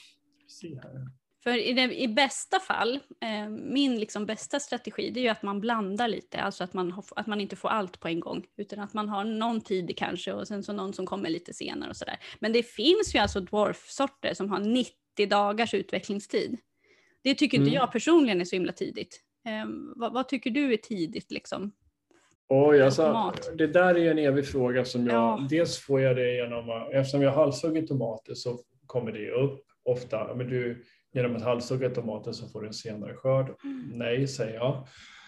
ser här. För i bästa fall, min liksom bästa strategi, det är ju att man blandar lite. Alltså att man inte får allt på en gång. Utan att man har någon tid kanske och sen så någon som kommer lite senare och sådär. Men det finns ju alltså dwarf-sorter som har 90 dagars utvecklingstid. Det tycker inte jag personligen är så himla tidigt. Vad tycker du är tidigt liksom? Oj, alltså, det där är en evig fråga som dels får jag det eftersom jag halshugger tomater så kommer det upp ofta, men genom att halshugga tomater så får du en senare skörd. Nej, säger jag.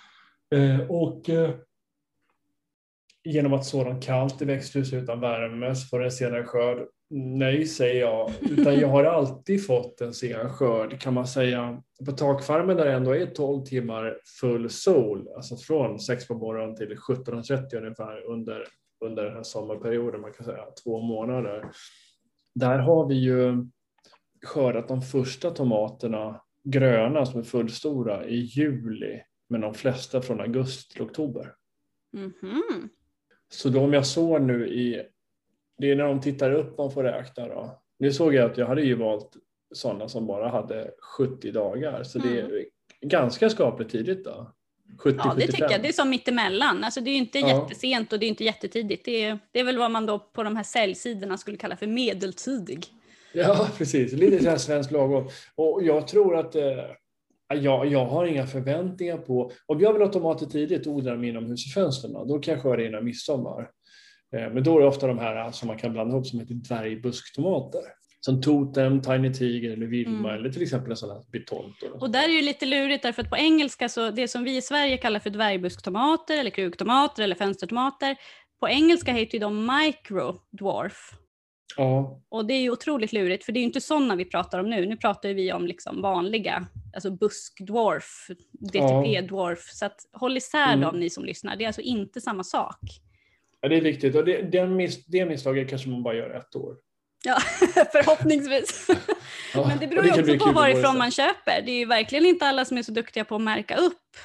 Genom att så dem kallt i växthus utan värme så får du en senare skörd. Nej, säger jag. Utan jag har alltid fått en sen skörd kan man säga. På takfarmen där det ändå är 12 timmar full sol. Alltså från 6 på morgonen till 17.30 ungefär under den här sommarperioden. Man kan säga 2 månader. Där har vi ju skördat de första tomaterna gröna som är fullstora i juli. Men de flesta från augusti till oktober. Mm-hmm. Så då om jag såg nu det är när de tittar upp man får räkna då. Nu såg jag att jag hade ju valt sådana som bara hade 70 dagar. Så det är ganska skapligt tidigt då. 70-75. Ja, det tycker jag. Det är som mittemellan. Alltså det är ju inte jättesent och det är inte jättetidigt. Det är väl vad man då på de här säljsidorna skulle kalla för medeltidig. Ja, precis. Lite så här svensk lagom. Och jag tror att jag har inga förväntningar på... Om jag vill ha tomater tidigt och odla dem inomhus i fönstren, då kan jag skörda innan midsommar. Men då är det ofta de här som man kan blanda ihop som heter dvärgbusktomater. Som Totem, Tiny Tiger eller Vilma eller till exempel en sån här Bitont. Och där är ju lite lurigt därför att på engelska så det som vi i Sverige kallar för dvärgbusktomater eller kruktomater eller fönstertomater. På engelska heter ju de micro dwarf. Ja. Och det är ju otroligt lurigt för det är ju inte sådana vi pratar om nu. Nu pratar vi om liksom vanliga, alltså buskdwarf, DTP-dwarf. Så att håll isär dem ni som lyssnar. Det är alltså inte samma sak. Ja, det är viktigt. Och det misstaget kanske man bara gör 1 år. Ja, förhoppningsvis. Men det beror ju också på varifrån man köper. Det är ju verkligen inte alla som är så duktiga på att märka upp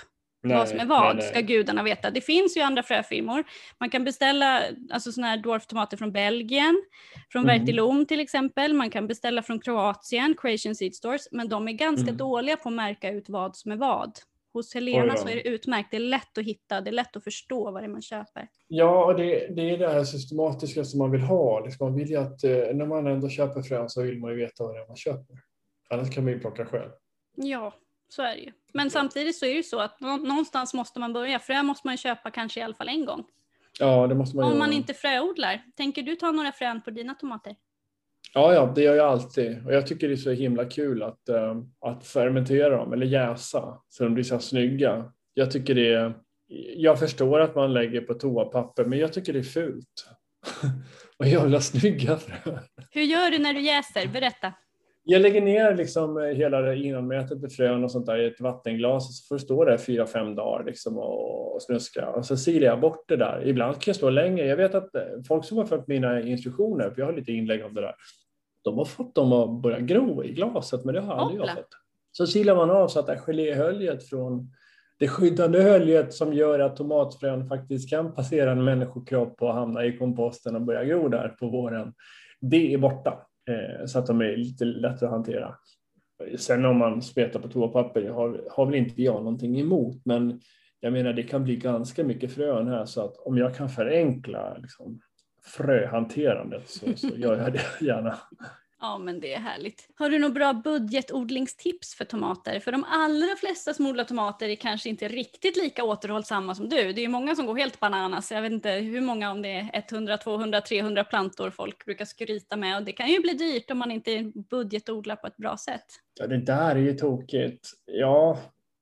vad som är vad, ska gudarna veta. Det finns ju andra fröfirmor. Man kan beställa alltså såna här dwarftomater från Belgien, från Vertilom till exempel. Man kan beställa från Kroatien, Croatian Seed Stores, men de är ganska dåliga på att märka ut vad som är vad. Hos Helena så är det utmärkt, det är lätt att hitta, det är lätt att förstå vad det är man köper. Ja, och det är det här systematiska som man vill ha. Liksom man vill ju att när man ändå köper frön så vill man ju veta vad det är man köper. Annars kan man ju plocka själv. Ja, så är det ju. Men samtidigt så är det ju så att någonstans måste man börja. Frö måste man köpa kanske i alla fall en gång. Ja, det måste man Om göra. man inte fröodlar, tänker du ta några frön på dina tomater? Ja, det gör jag alltid. Och jag tycker det är så himla kul att fermentera dem eller jäsa så de blir så snygga. Jag tycker det är... Jag förstår att man lägger på toapapper, men jag tycker det är fult. Och jävla snygga frön. Hur gör du när du jäser? Berätta. Jag lägger ner liksom hela det innanmätet med frön och sånt där i ett vattenglas och så får det stå där 4-5 dagar liksom och snuska. Och så silar jag bort det där. Ibland kan jag stå länge. Jag vet att folk som har följt mina instruktioner, för jag har lite inlägg om det där, de har fått dem att börja gro i glaset, men det har aldrig jag fått. Så silar man av så att det geléhöljet från det skyddande höljet som gör att tomatfrön faktiskt kan passera en människokropp och hamna i komposten och börja gro där på våren. Det är borta. Så att de är lite lättare att hantera. Sen om man spetar på toapapper har väl inte jag någonting emot. Men jag menar det kan bli ganska mycket frön här. Så att om jag kan förenkla liksom, fröhanterandet så gör jag det gärna. Ja, men det är härligt. Har du några bra budgetodlingstips för tomater? För de allra flesta som odlar tomater är kanske inte riktigt lika återhållsamma som du. Det är ju många som går helt bananas. Jag vet inte hur många, om det är 100, 200, 300 plantor folk brukar skryta med. Och det kan ju bli dyrt om man inte budgetodlar på ett bra sätt. Ja, det där är ju tokigt. Ja,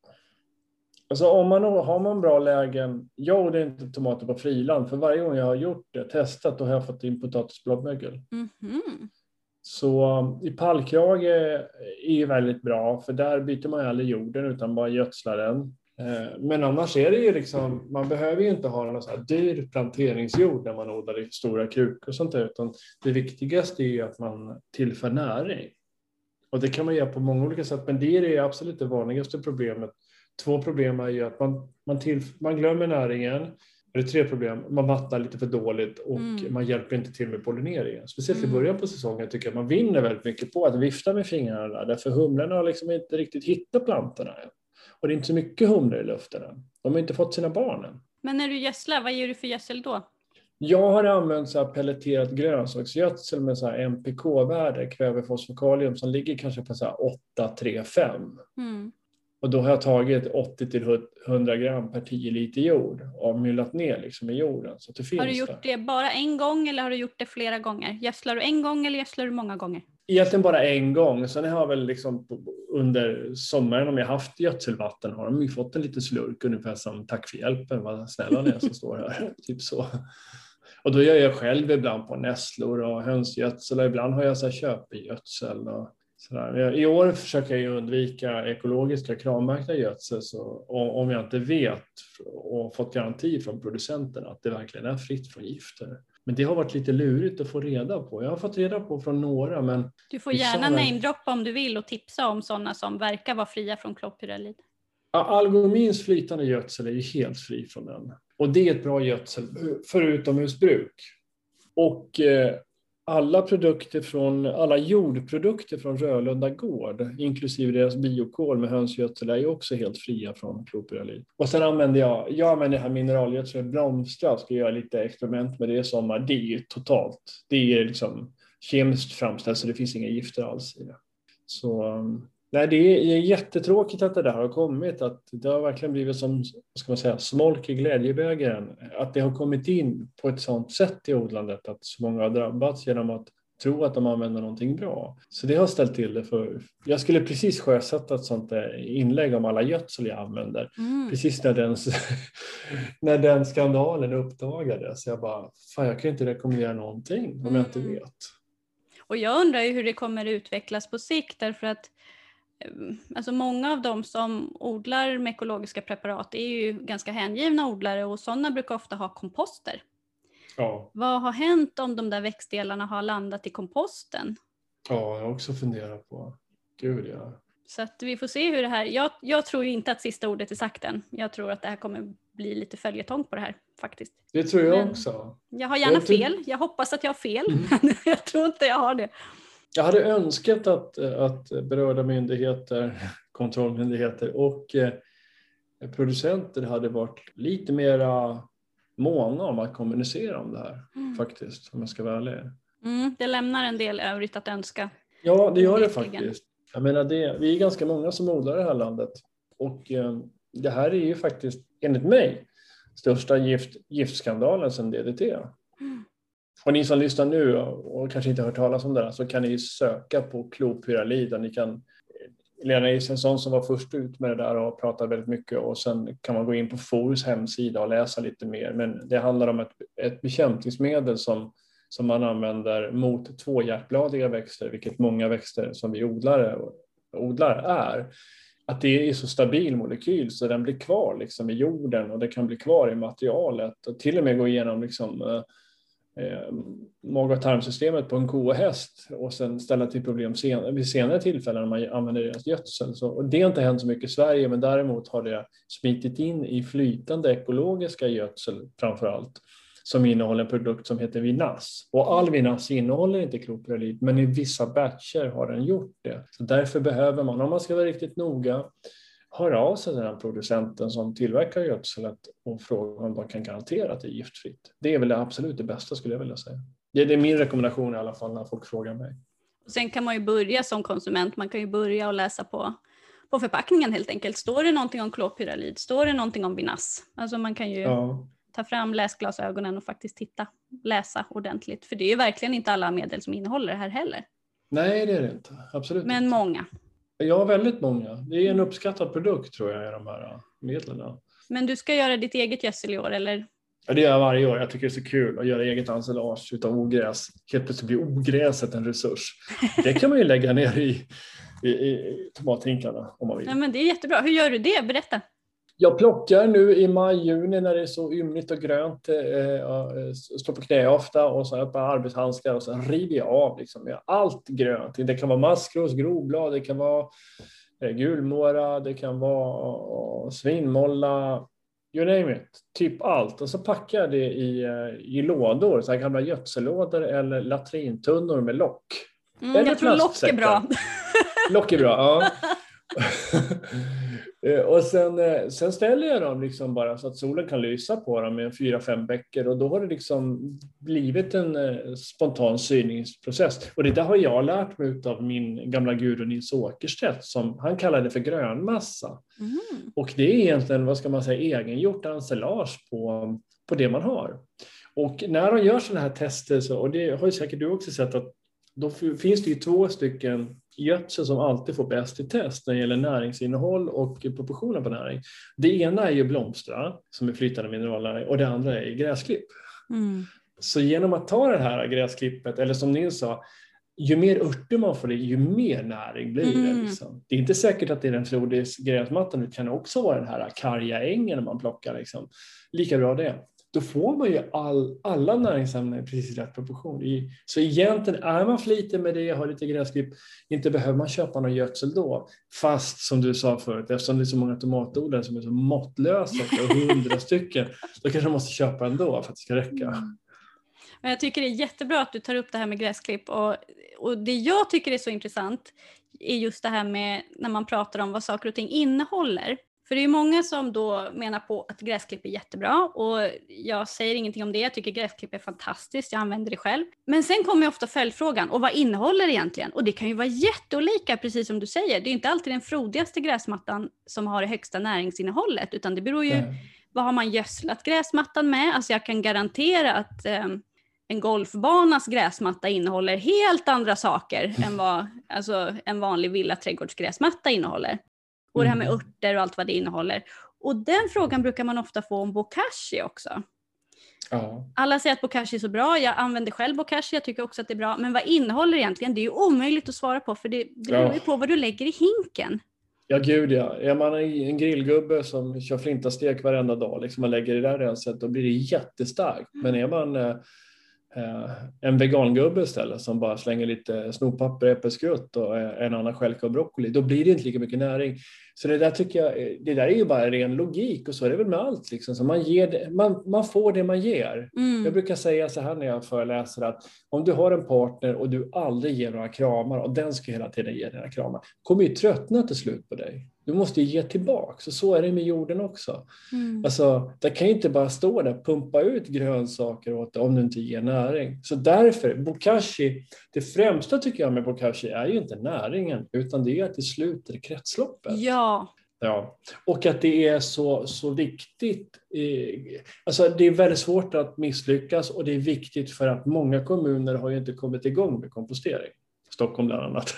alltså har man bra lägen. Jag odlar inte tomater på friland. För varje gång jag har gjort det, testat, då har jag fått in potatisbladmögel. Så i pallkrage är ju väldigt bra, för där byter man ju aldrig jorden utan bara gödslar den. Men annars är det ju liksom, man behöver ju inte ha någon så här dyr planteringsjord när man odlar i stora krukor och sånt där, utan det viktigaste är ju att man tillför näring. Och det kan man göra på många olika sätt, men det är det absolut det vanligaste problemet. 2 problem är ju att man glömmer näringen. Det är 3 problem. Man vattnar lite för dåligt och man hjälper inte till med pollineringen. Speciellt i början på säsongen tycker jag man vinner väldigt mycket på att vifta med fingrarna där. Därför humlorna har liksom inte riktigt hittat plantorna än. Och det är inte så mycket humlor i luften än. De har inte fått sina barn än. Men när du gödslar, vad ger du för gödsel då? Jag har använt så här pelleterat grönsaksgödsel med så här MPK-värde, kväve, fosfor, kalium, som ligger kanske på så här 8-3-5. Och då har jag tagit 80-100 gram per 10 liter jord och myllat ner liksom i jorden. Så att det finns. Har du gjort det bara en gång eller har du gjort det flera gånger? Gödslar du en gång eller gödslar du många gånger? Egentligen bara en gång. Sen har jag väl liksom under sommaren, om jag haft gödselvatten, har de ju fått en liten slurk ungefär som tack för hjälpen. Vad snälla ni är som står här. Typ så. Och då gör jag själv ibland på nässlor och hönsgödsel. Och ibland har jag så här köpegödsel och sådär. I år försöker jag undvika ekologiska kravmärkta gödsel, så om jag inte vet och fått garanti från producenterna att det verkligen är fritt från gifter. Men det har varit lite lurigt att få reda på. Jag har fått reda på från några, men... Du får gärna namedroppa om du vill och tipsa om sådana som verkar vara fria från klopyralid. Ja, Algomins flytande gödsel är ju helt fri från den. Och det är ett bra gödsel för utomhusbruk. Och alla jordprodukter från Rölunda gård, inklusive deras biokol med hönsgödsel, är ju också helt fria från klopyralid. Och sen använder jag det här mineralgödsel blomstra, ska göra lite experiment med det i sommar. Det är ju totalt. Det är liksom kemiskt framställt, så det finns inga gifter alls i det. Så nej, det är jättetråkigt att det där har kommit, att det har verkligen blivit som, ska man säga, smolk i glädjebägaren, att det har kommit in på ett sådant sätt i odlandet att så många har drabbats genom att tro att de använder någonting bra. Så det har ställt till det, för jag skulle precis sjösätta ett sånt inlägg om alla gödsel jag använder. Precis när den skandalen uppdagades. Jag bara, fan, jag kan inte rekommendera någonting om jag inte vet. Och jag undrar ju hur det kommer utvecklas på sikt, därför att alltså många av dem som odlar med ekologiska preparat är ju ganska hängivna odlare, och sådana brukar ofta ha komposter. Ja. Vad har hänt om de där växtdelarna har landat i komposten? Ja, jag har också funderat på. Gud, ja. Så att vi får se hur det här... Jag tror ju inte att sista ordet är sagt än. Jag tror att det här kommer bli lite följetong på det här faktiskt. Det tror jag också. Jag har gärna fel. Jag hoppas att jag har fel. Men jag tror inte jag har det. Jag hade önskat att berörda myndigheter, kontrollmyndigheter och producenter hade varit lite mera måna om att kommunicera om det här faktiskt, om jag ska vara ärlig. Det lämnar en del övrigt att önska. Ja, det gör det faktiskt. Jag menar vi är ganska många som odlar det här landet och det här är ju faktiskt enligt mig största giftskandalen sedan DDT. Och ni som lyssnar nu och kanske inte har hört talas om det här, så kan ni söka på klopyralid. Lena Israelsson som var först ut med det där och pratade väldigt mycket, och sen kan man gå in på FORs hemsida och läsa lite mer. Men det handlar om ett bekämpningsmedel som man använder mot tvåhjärtbladiga växter, vilket många växter som vi odlar är. Att det är så stabil molekyl så den blir kvar liksom i jorden, och det kan bli kvar i materialet och till och med gå igenom liksom mag- och tarmsystemet på en ko och häst och sen ställa till problem vid senare tillfällen när man använder deras gödsel. Och det har inte hänt så mycket i Sverige, men däremot har det smitit in i flytande ekologiska gödsel framför allt, som innehåller en produkt som heter Vinass. Och all Vinass innehåller inte klopyralid, men i vissa batcher har den gjort det. Så därför behöver man, om man ska vara riktigt noga, höra av sig till den producenten som tillverkar gödselet och fråga om de kan garantera att det är giftfritt. Det är väl absolut det bästa, skulle jag vilja säga. Det är min rekommendation i alla fall när folk frågar mig. Sen kan man ju börja som konsument, man kan ju börja och läsa på förpackningen helt enkelt. Står det någonting om klopyralid? Står det någonting om Vinass? Alltså man kan ju ta fram läsglasögonen och faktiskt läsa ordentligt. För det är ju verkligen inte alla medel som innehåller det här heller. Nej, det är det inte. Absolut men inte. Många. Ja, väldigt många. Det är en uppskattad produkt tror jag i de här medlen. Men du ska göra ditt eget gödsel i år, eller? Ja, det gör jag varje år. Jag tycker det är så kul att göra eget ensilage utav ogräs. Helt plötsligt blir ogräset en resurs. Det kan man ju lägga ner i tomathinkarna om man vill. Ja, men det är jättebra. Hur gör du det? Berätta. Jag plockar nu i maj-juni när det är så ymnigt och grönt, står på knä ofta och så har jag på arbetshandskar och så river jag av liksom, allt grönt. Det kan vara maskros, groblad, det kan vara gulmåra, det kan vara svinmolla, you name it, typ allt. Och så packar jag det i lådor, så här gamla gödsellådor eller latrintunnor med lock. Jag tror lock är bra. Lock är bra, ja. Och sen ställer jag dem liksom bara så att solen kan lysa på dem med 4-5 bäckor, och då har det liksom blivit en spontan syningsprocess. Och det där har jag lärt mig av min gamla guru Nils Åkerstedt, som han kallade för grönmassa. Och det är egentligen, vad ska man säga, egengjort ensilage på det man har. Och när de gör sådana här tester, och det har ju säkert du också sett, att då finns det ju 2 stycken gödsel som alltid får bäst i test när det gäller näringsinnehåll och proportioner på näring. Det ena är ju blomstra som är flytande mineraler, och det andra är gräsklipp. Så genom att ta det här gräsklippet, eller som Nils sa, ju mer örter man får det, ju mer näring blir det. Liksom. Det är inte säkert att det är den flodiga gräsmattan, det kan också vara den här karga ängen när man plockar. Liksom. Lika bra det. Då får man ju alla näringsämnen i precis rätt proportion. Så egentligen är man flitig med det, har lite gräsklipp, inte behöver man köpa någon gödsel då. Fast som du sa förut, eftersom det är så många tomatodlare som är så måttlösa och 100 stycken, då kanske man måste köpa ändå för att det ska räcka. Men jag tycker det är jättebra att du tar upp det här med gräsklipp. Och det jag tycker är så intressant är just det här med när man pratar om vad saker och ting innehåller. För det är många som då menar på att gräsklipp är jättebra, och jag säger ingenting om det. Jag tycker gräsklipp är fantastiskt, jag använder det själv. Men sen kommer ofta följdfrågan, och vad innehåller det egentligen? Och det kan ju vara jätteolika, precis som du säger. Det är inte alltid den frodigaste gräsmattan som har det högsta näringsinnehållet, utan det beror ju vad har man gödslat gräsmattan med. Alltså jag kan garantera att en golfbanas gräsmatta innehåller helt andra saker än vad en vanlig villaträdgårdsgräsmatta innehåller. Och det här med örter och allt vad det innehåller. Och den frågan brukar man ofta få om bokashi också. Ja. Alla säger att bokashi är så bra. Jag använder själv bokashi. Jag tycker också att det är bra. Men vad innehåller det egentligen? Det är ju omöjligt att svara på. För det beror ju på vad du lägger i hinken. Ja, gud ja. Är man en grillgubbe som kör flintastek varenda dag, liksom man lägger i det där renset, då blir det jättestarkt. Men är man en vegangubbe istället som bara slänger lite snoppapper, äppelskrutt och en annan skälka och broccoli. Då blir det inte lika mycket näring. Så det där tycker jag, det där är ju bara ren logik och så är det väl med allt. Liksom. Så man får det man ger. Jag brukar säga så här när jag föreläser att om du har en partner och du aldrig ger några kramar och den ska hela tiden ge dina kramar, kommer ju tröttna till slut på dig. Du måste ju ge tillbaka. Så är det med jorden också. Alltså, det kan ju inte bara stå där och pumpa ut grönsaker åt det om du inte ger näring. Så därför, bokashi, det främsta tycker jag med bokashi är ju inte näringen, utan det är att det sluter kretsloppet. Ja. Ja. Och att det är så viktigt. Alltså det är väldigt svårt att misslyckas och det är viktigt för att många kommuner har ju inte kommit igång med kompostering. Stockholm bland annat.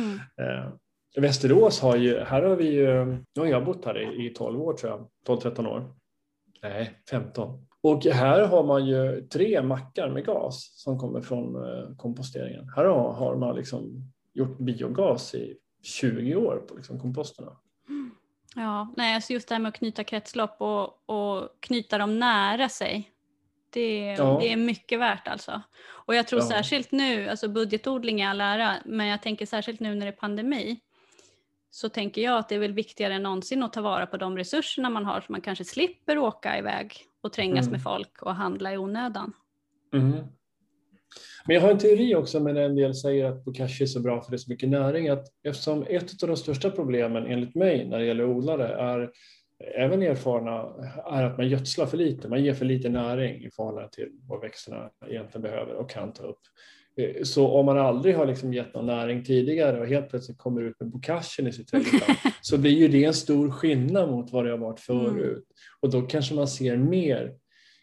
Västerås har ju, här har vi ju, nu har jag bott här i 12 år tror jag, 12-13 år. Nej, 15. Och här har man ju 3 mackar med gas som kommer från komposteringen. Här har man liksom gjort biogas i 20 år på liksom komposterna. Ja, nej, alltså just det här med att knyta kretslopp och knyta dem nära sig. Det är mycket värt alltså. Och jag tror särskilt nu, alltså budgetodling är all ära, men jag tänker särskilt nu när det är pandemi, så tänker jag att det är väl viktigare än någonsin att ta vara på de resurserna man har så man kanske slipper åka iväg och trängas med folk och handla i onödan. Men jag har en teori också, men en del säger att bokashi är så bra för det är så mycket näring, att eftersom ett av de största problemen enligt mig när det gäller odlare är, även erfarna, är att man gödslar för lite. Man ger för lite näring i förhållande till vad växterna egentligen behöver och kan ta upp. Så om man aldrig har liksom gett någon näring tidigare och helt plötsligt kommer ut med bokashin i sitt trädgårdsland så blir ju det en stor skillnad mot vad det har varit förut. Och då kanske man ser mer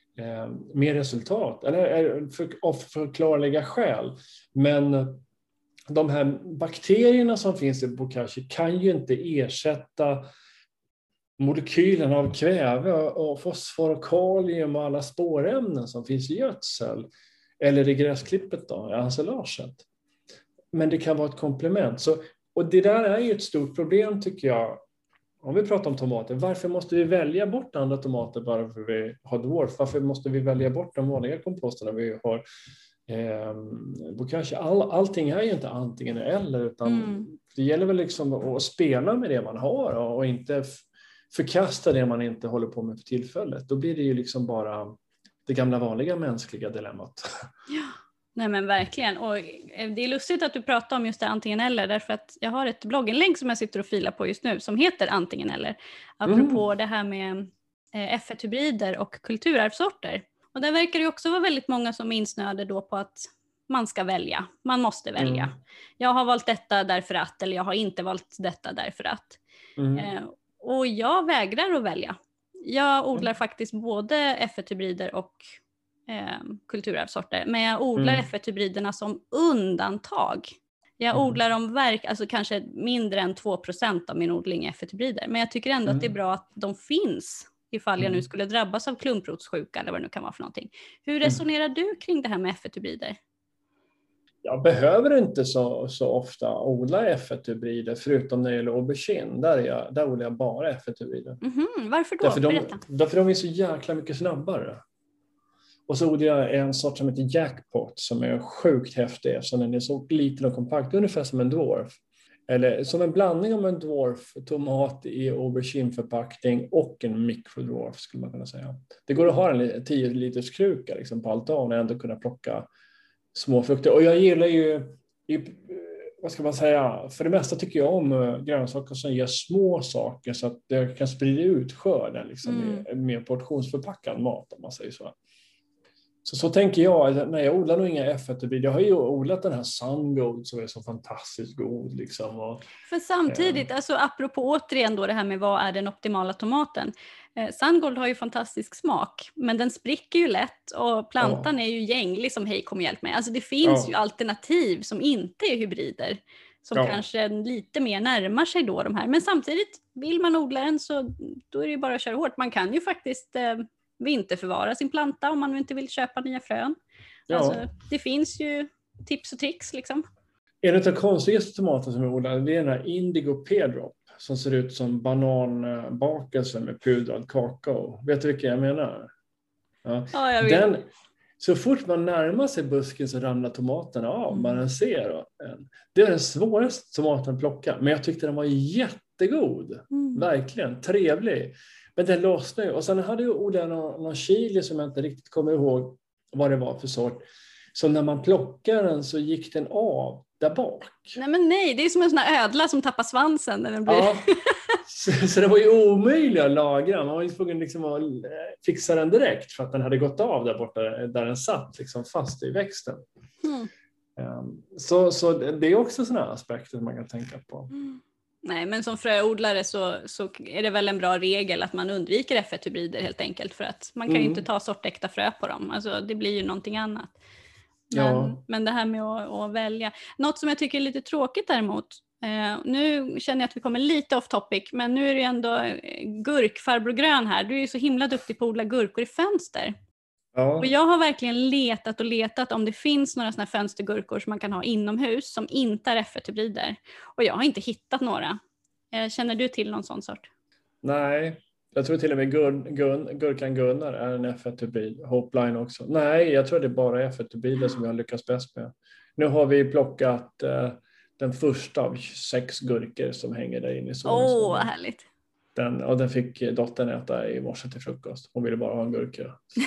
resultat, eller av förklarliga skäl. Men de här bakterierna som finns i bokashi kan ju inte ersätta molekylerna av kväve och fosfor och kalium och alla spårämnen som finns i gödsel eller i gräsklippet då, i ensilaget. Men det kan vara ett komplement. Och det där är ju ett stort problem tycker jag. Om vi pratar om tomater, varför måste vi välja bort andra tomater bara för att vi har dwarf? Varför måste vi välja bort de vanliga komposterna vi har? Bokashi, allting är ju inte antingen eller, utan det gäller väl liksom att spela med det man har och inte förkasta det man inte håller på med för tillfället. Då blir det ju liksom bara det gamla vanliga mänskliga dilemmat. Ja, nej men verkligen. Och det är lustigt att du pratar om just det antingen eller, därför att jag har ett blogginlägg som jag sitter och filar på just nu som heter antingen eller. Apropå det här med F1-hybrider och kulturarvsorter. Och där verkar det också vara väldigt många som är insnöade då på att man ska välja. Man måste välja. Jag har valt detta därför att, eller jag har inte valt detta därför att. Och jag vägrar att välja. Jag odlar faktiskt både F1-hybrider och kulturarvsorter. Men jag odlar F1-hybriderna som undantag. Jag odlar dem alltså kanske mindre än 2% av min odling är F1-hybrider. Men jag tycker ändå att det är bra att de finns ifall jag nu skulle drabbas av klumprotsjuka eller vad det nu kan vara för någonting. Hur resonerar du kring det här med F1-hybrider? Jag behöver inte så ofta odla F1-hybrider förutom när det gäller aubergine. Där odlar jag bara F1-hybrider. Varför då? Därför de är så jäkla mycket snabbare. Och så odlar jag en sort som heter Jackpot som är sjukt häftig eftersom den är så liten och kompakt. Ungefär som en dwarf. Eller som en blandning av en dwarf, tomat i aubergineförpackning och en mikrodwarf skulle man kunna säga. Det går att ha en 10 liters kruka liksom på altan och ändå kunna plocka små frukter. Och jag gillar ju, vad ska man säga, för det mesta tycker jag om grönsaker som ger små saker så att det kan sprida ut skörden liksom, med portionsförpackad mat om man säger så. Så tänker jag, när jag odlar nog inga F1-hybrider. Jag har ju odlat den här Sungold som är så fantastiskt god. Liksom, för samtidigt, alltså apropå återigen då det här med vad är den optimala tomaten. Sungold har ju fantastisk smak, men den spricker ju lätt och plantan är ju gänglig som hej kom hjälp mig. Alltså det finns ju alternativ som inte är hybrider. Som kanske lite mer närmar sig då de här. Men samtidigt, vill man odla den så då är det ju bara att köra hårt. Man kan ju faktiskt vinterförvara sin planta om man inte vill köpa nya frön. Alltså, det finns ju tips och tricks liksom. En av de konstigaste tomater som jag odlar det är den här Indigo Pedrop som ser ut som bananbakelse med pudrad kakao. Vet du vilka jag menar? Ja, jag vet. Så fort man närmar sig busken så ramlar tomaterna av. Man ser den. Det är den svåraste tomaten att plocka. Men jag tyckte den var jättegod. Verkligen, trevlig. Men den lossnade ju. Och sen hade jag odlat någon chili som jag inte riktigt kommer ihåg vad det var för sort. Så när man plockar den så gick den av där bak. Nej, det är som en sån här ödla som tappar svansen när den blir... Ja, så det var ju omöjligt att lagra. Man var ju tvungen liksom att fixa den direkt för att den hade gått av där borta där den satt liksom fast i växten. Så det är också sådana aspekter man kan tänka på. Nej, men som fröodlare så är det väl en bra regel att man undviker F1-hybrider helt enkelt, för att man kan ju inte ta sortäkta frö på dem. Alltså det blir ju någonting annat. Men det här med att välja. Något som jag tycker är lite tråkigt däremot, nu känner jag att vi kommer lite off topic, men nu är det ju ändå gurkfarbror grön här. Du är ju så himla duktig på att odla gurkor i fönster. Ja. Och jag har verkligen letat om det finns några såna här fönstergurkor som man kan ha inomhus som inte är F1-hybrider. Och jag har inte hittat några. Känner du till någon sån sort? Nej, jag tror till och med gurkan Gunnar är en F1-hybrid. Hopeline också. Nej, jag tror det är bara F1-hybrider som jag har lyckats bäst med. Nu har vi plockat den första av 6 gurkor som hänger där inne i solen. Åh, härligt. Den fick dottern äta i morse till frukost. Hon ville bara ha en gurka.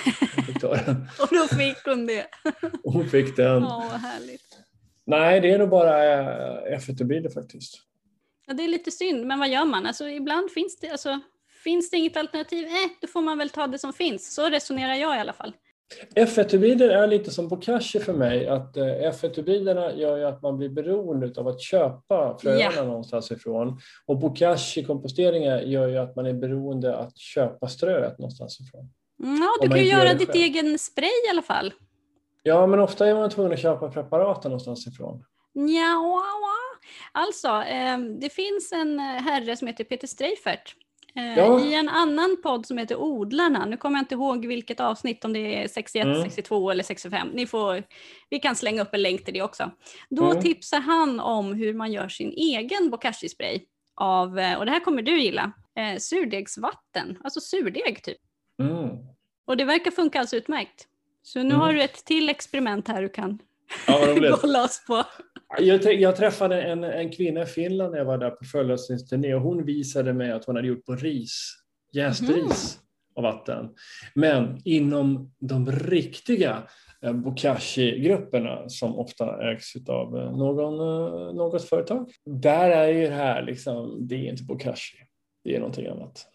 Och då fick hon det. Hon fick den. Åh, vad härligt. Nej, det är nog bara F1-hybrider faktiskt. Ja, det är lite synd, men vad gör man? Alltså, ibland finns det inget alternativ. Då får man väl ta det som finns. Så resonerar jag i alla fall. F1-hybrider är lite som bokashi för mig. Att F1-hybriderna gör ju att man blir beroende av att köpa fröerna någonstans ifrån. Och bokashi-komposteringar gör ju att man är beroende att köpa ströet någonstans ifrån. Ja, du kan ju göra ditt egen spray i alla fall. Ja, men ofta är man tvungen att köpa preparaten någonstans ifrån. Ja, alltså det finns en herre som heter Peter Streifert. I en annan podd som heter Odlarna, nu kommer jag inte ihåg vilket avsnitt, om det är 61, 62 eller 65, vi kan slänga upp en länk till det också. Då tipsar han om hur man gör sin egen bokashi-spray av, och det här kommer du gilla, surdegsvatten, alltså surdeg typ. Och det verkar funka alltså utmärkt. Så nu har du ett till experiment här du kan gå loss på. Jag träffade en kvinna i Finland när jag var där på födelsedagsturné och hon visade mig att hon hade gjort på jäst ris och vatten. Men inom de riktiga bokashi-grupperna som ofta ägs av något företag. Där är ju det här liksom, det är inte bokashi, det är någonting annat.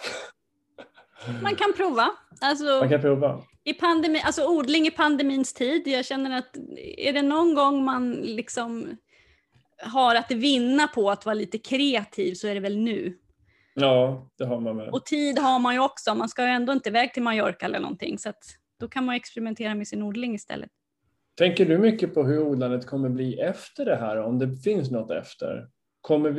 Man kan prova. Man kan prova. I pandemi, alltså odling i pandemins tid, jag känner att är det någon gång man liksom har att vinna på att vara lite kreativ så är det väl nu. Ja, det har man med. Och tid har man ju också, man ska ju ändå inte iväg till Mallorca eller någonting, så att då kan man experimentera med sin odling istället. Tänker du mycket på hur odlandet kommer bli efter det här, om det finns något efter? Kommer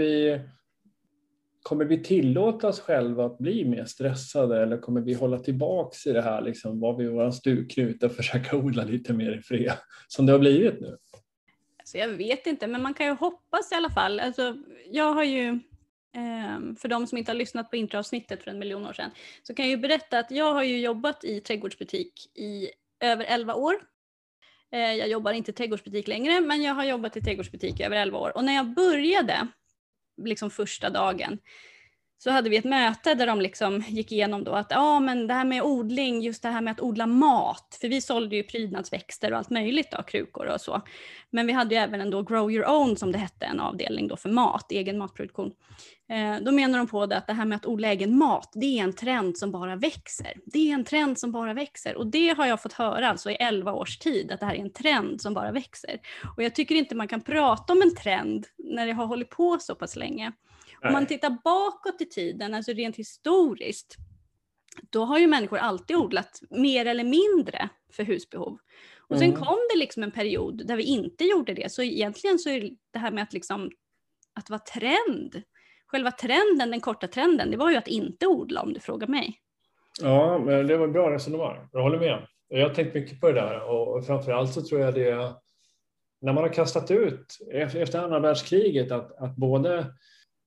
vi tillåta oss själva att bli mer stressade eller kommer vi hålla tillbaks i det här, liksom, var vi våra stugknut och försöka odla lite mer i fred som det har blivit nu? Alltså jag vet inte, men man kan ju hoppas i alla fall. Alltså, jag har ju, för de som inte har lyssnat på introavsnittet för 1 miljon år sedan, så kan jag ju berätta att jag har ju jobbat i trädgårdsbutik i över 11 år. Jag jobbar inte i trädgårdsbutik längre, men jag har jobbat i trädgårdsbutik i över 11 år. Och när jag började, liksom första dagen, så hade vi ett möte där de liksom gick igenom då att men det här med odling, just det här med att odla mat, för vi sålde ju prydnadsväxter och allt möjligt då, krukor och så, men vi hade ju även en då grow your own som det hette, en avdelning då för mat, egen matproduktion. Då menar de på det att det här med att odla egen mat, det är en trend som bara växer. Det är en trend som bara växer, och det har jag fått höra alltså i 11 års tid, att det här är en trend som bara växer. Och jag tycker inte man kan prata om en trend när det har hållit på så pass länge. Om man tittar bakåt i tiden, alltså rent historiskt, då har ju människor alltid odlat mer eller mindre för husbehov. Och sen kom det liksom en period där vi inte gjorde det. Så egentligen så är det här med att vara trend, själva trenden, den korta trenden, det var ju att inte odla, om du frågar mig. Ja, men det var ett bra resonemang. Jag håller med. Jag har tänkt mycket på det där, och framförallt så tror jag det, när man har kastat ut efter andra världskriget, att både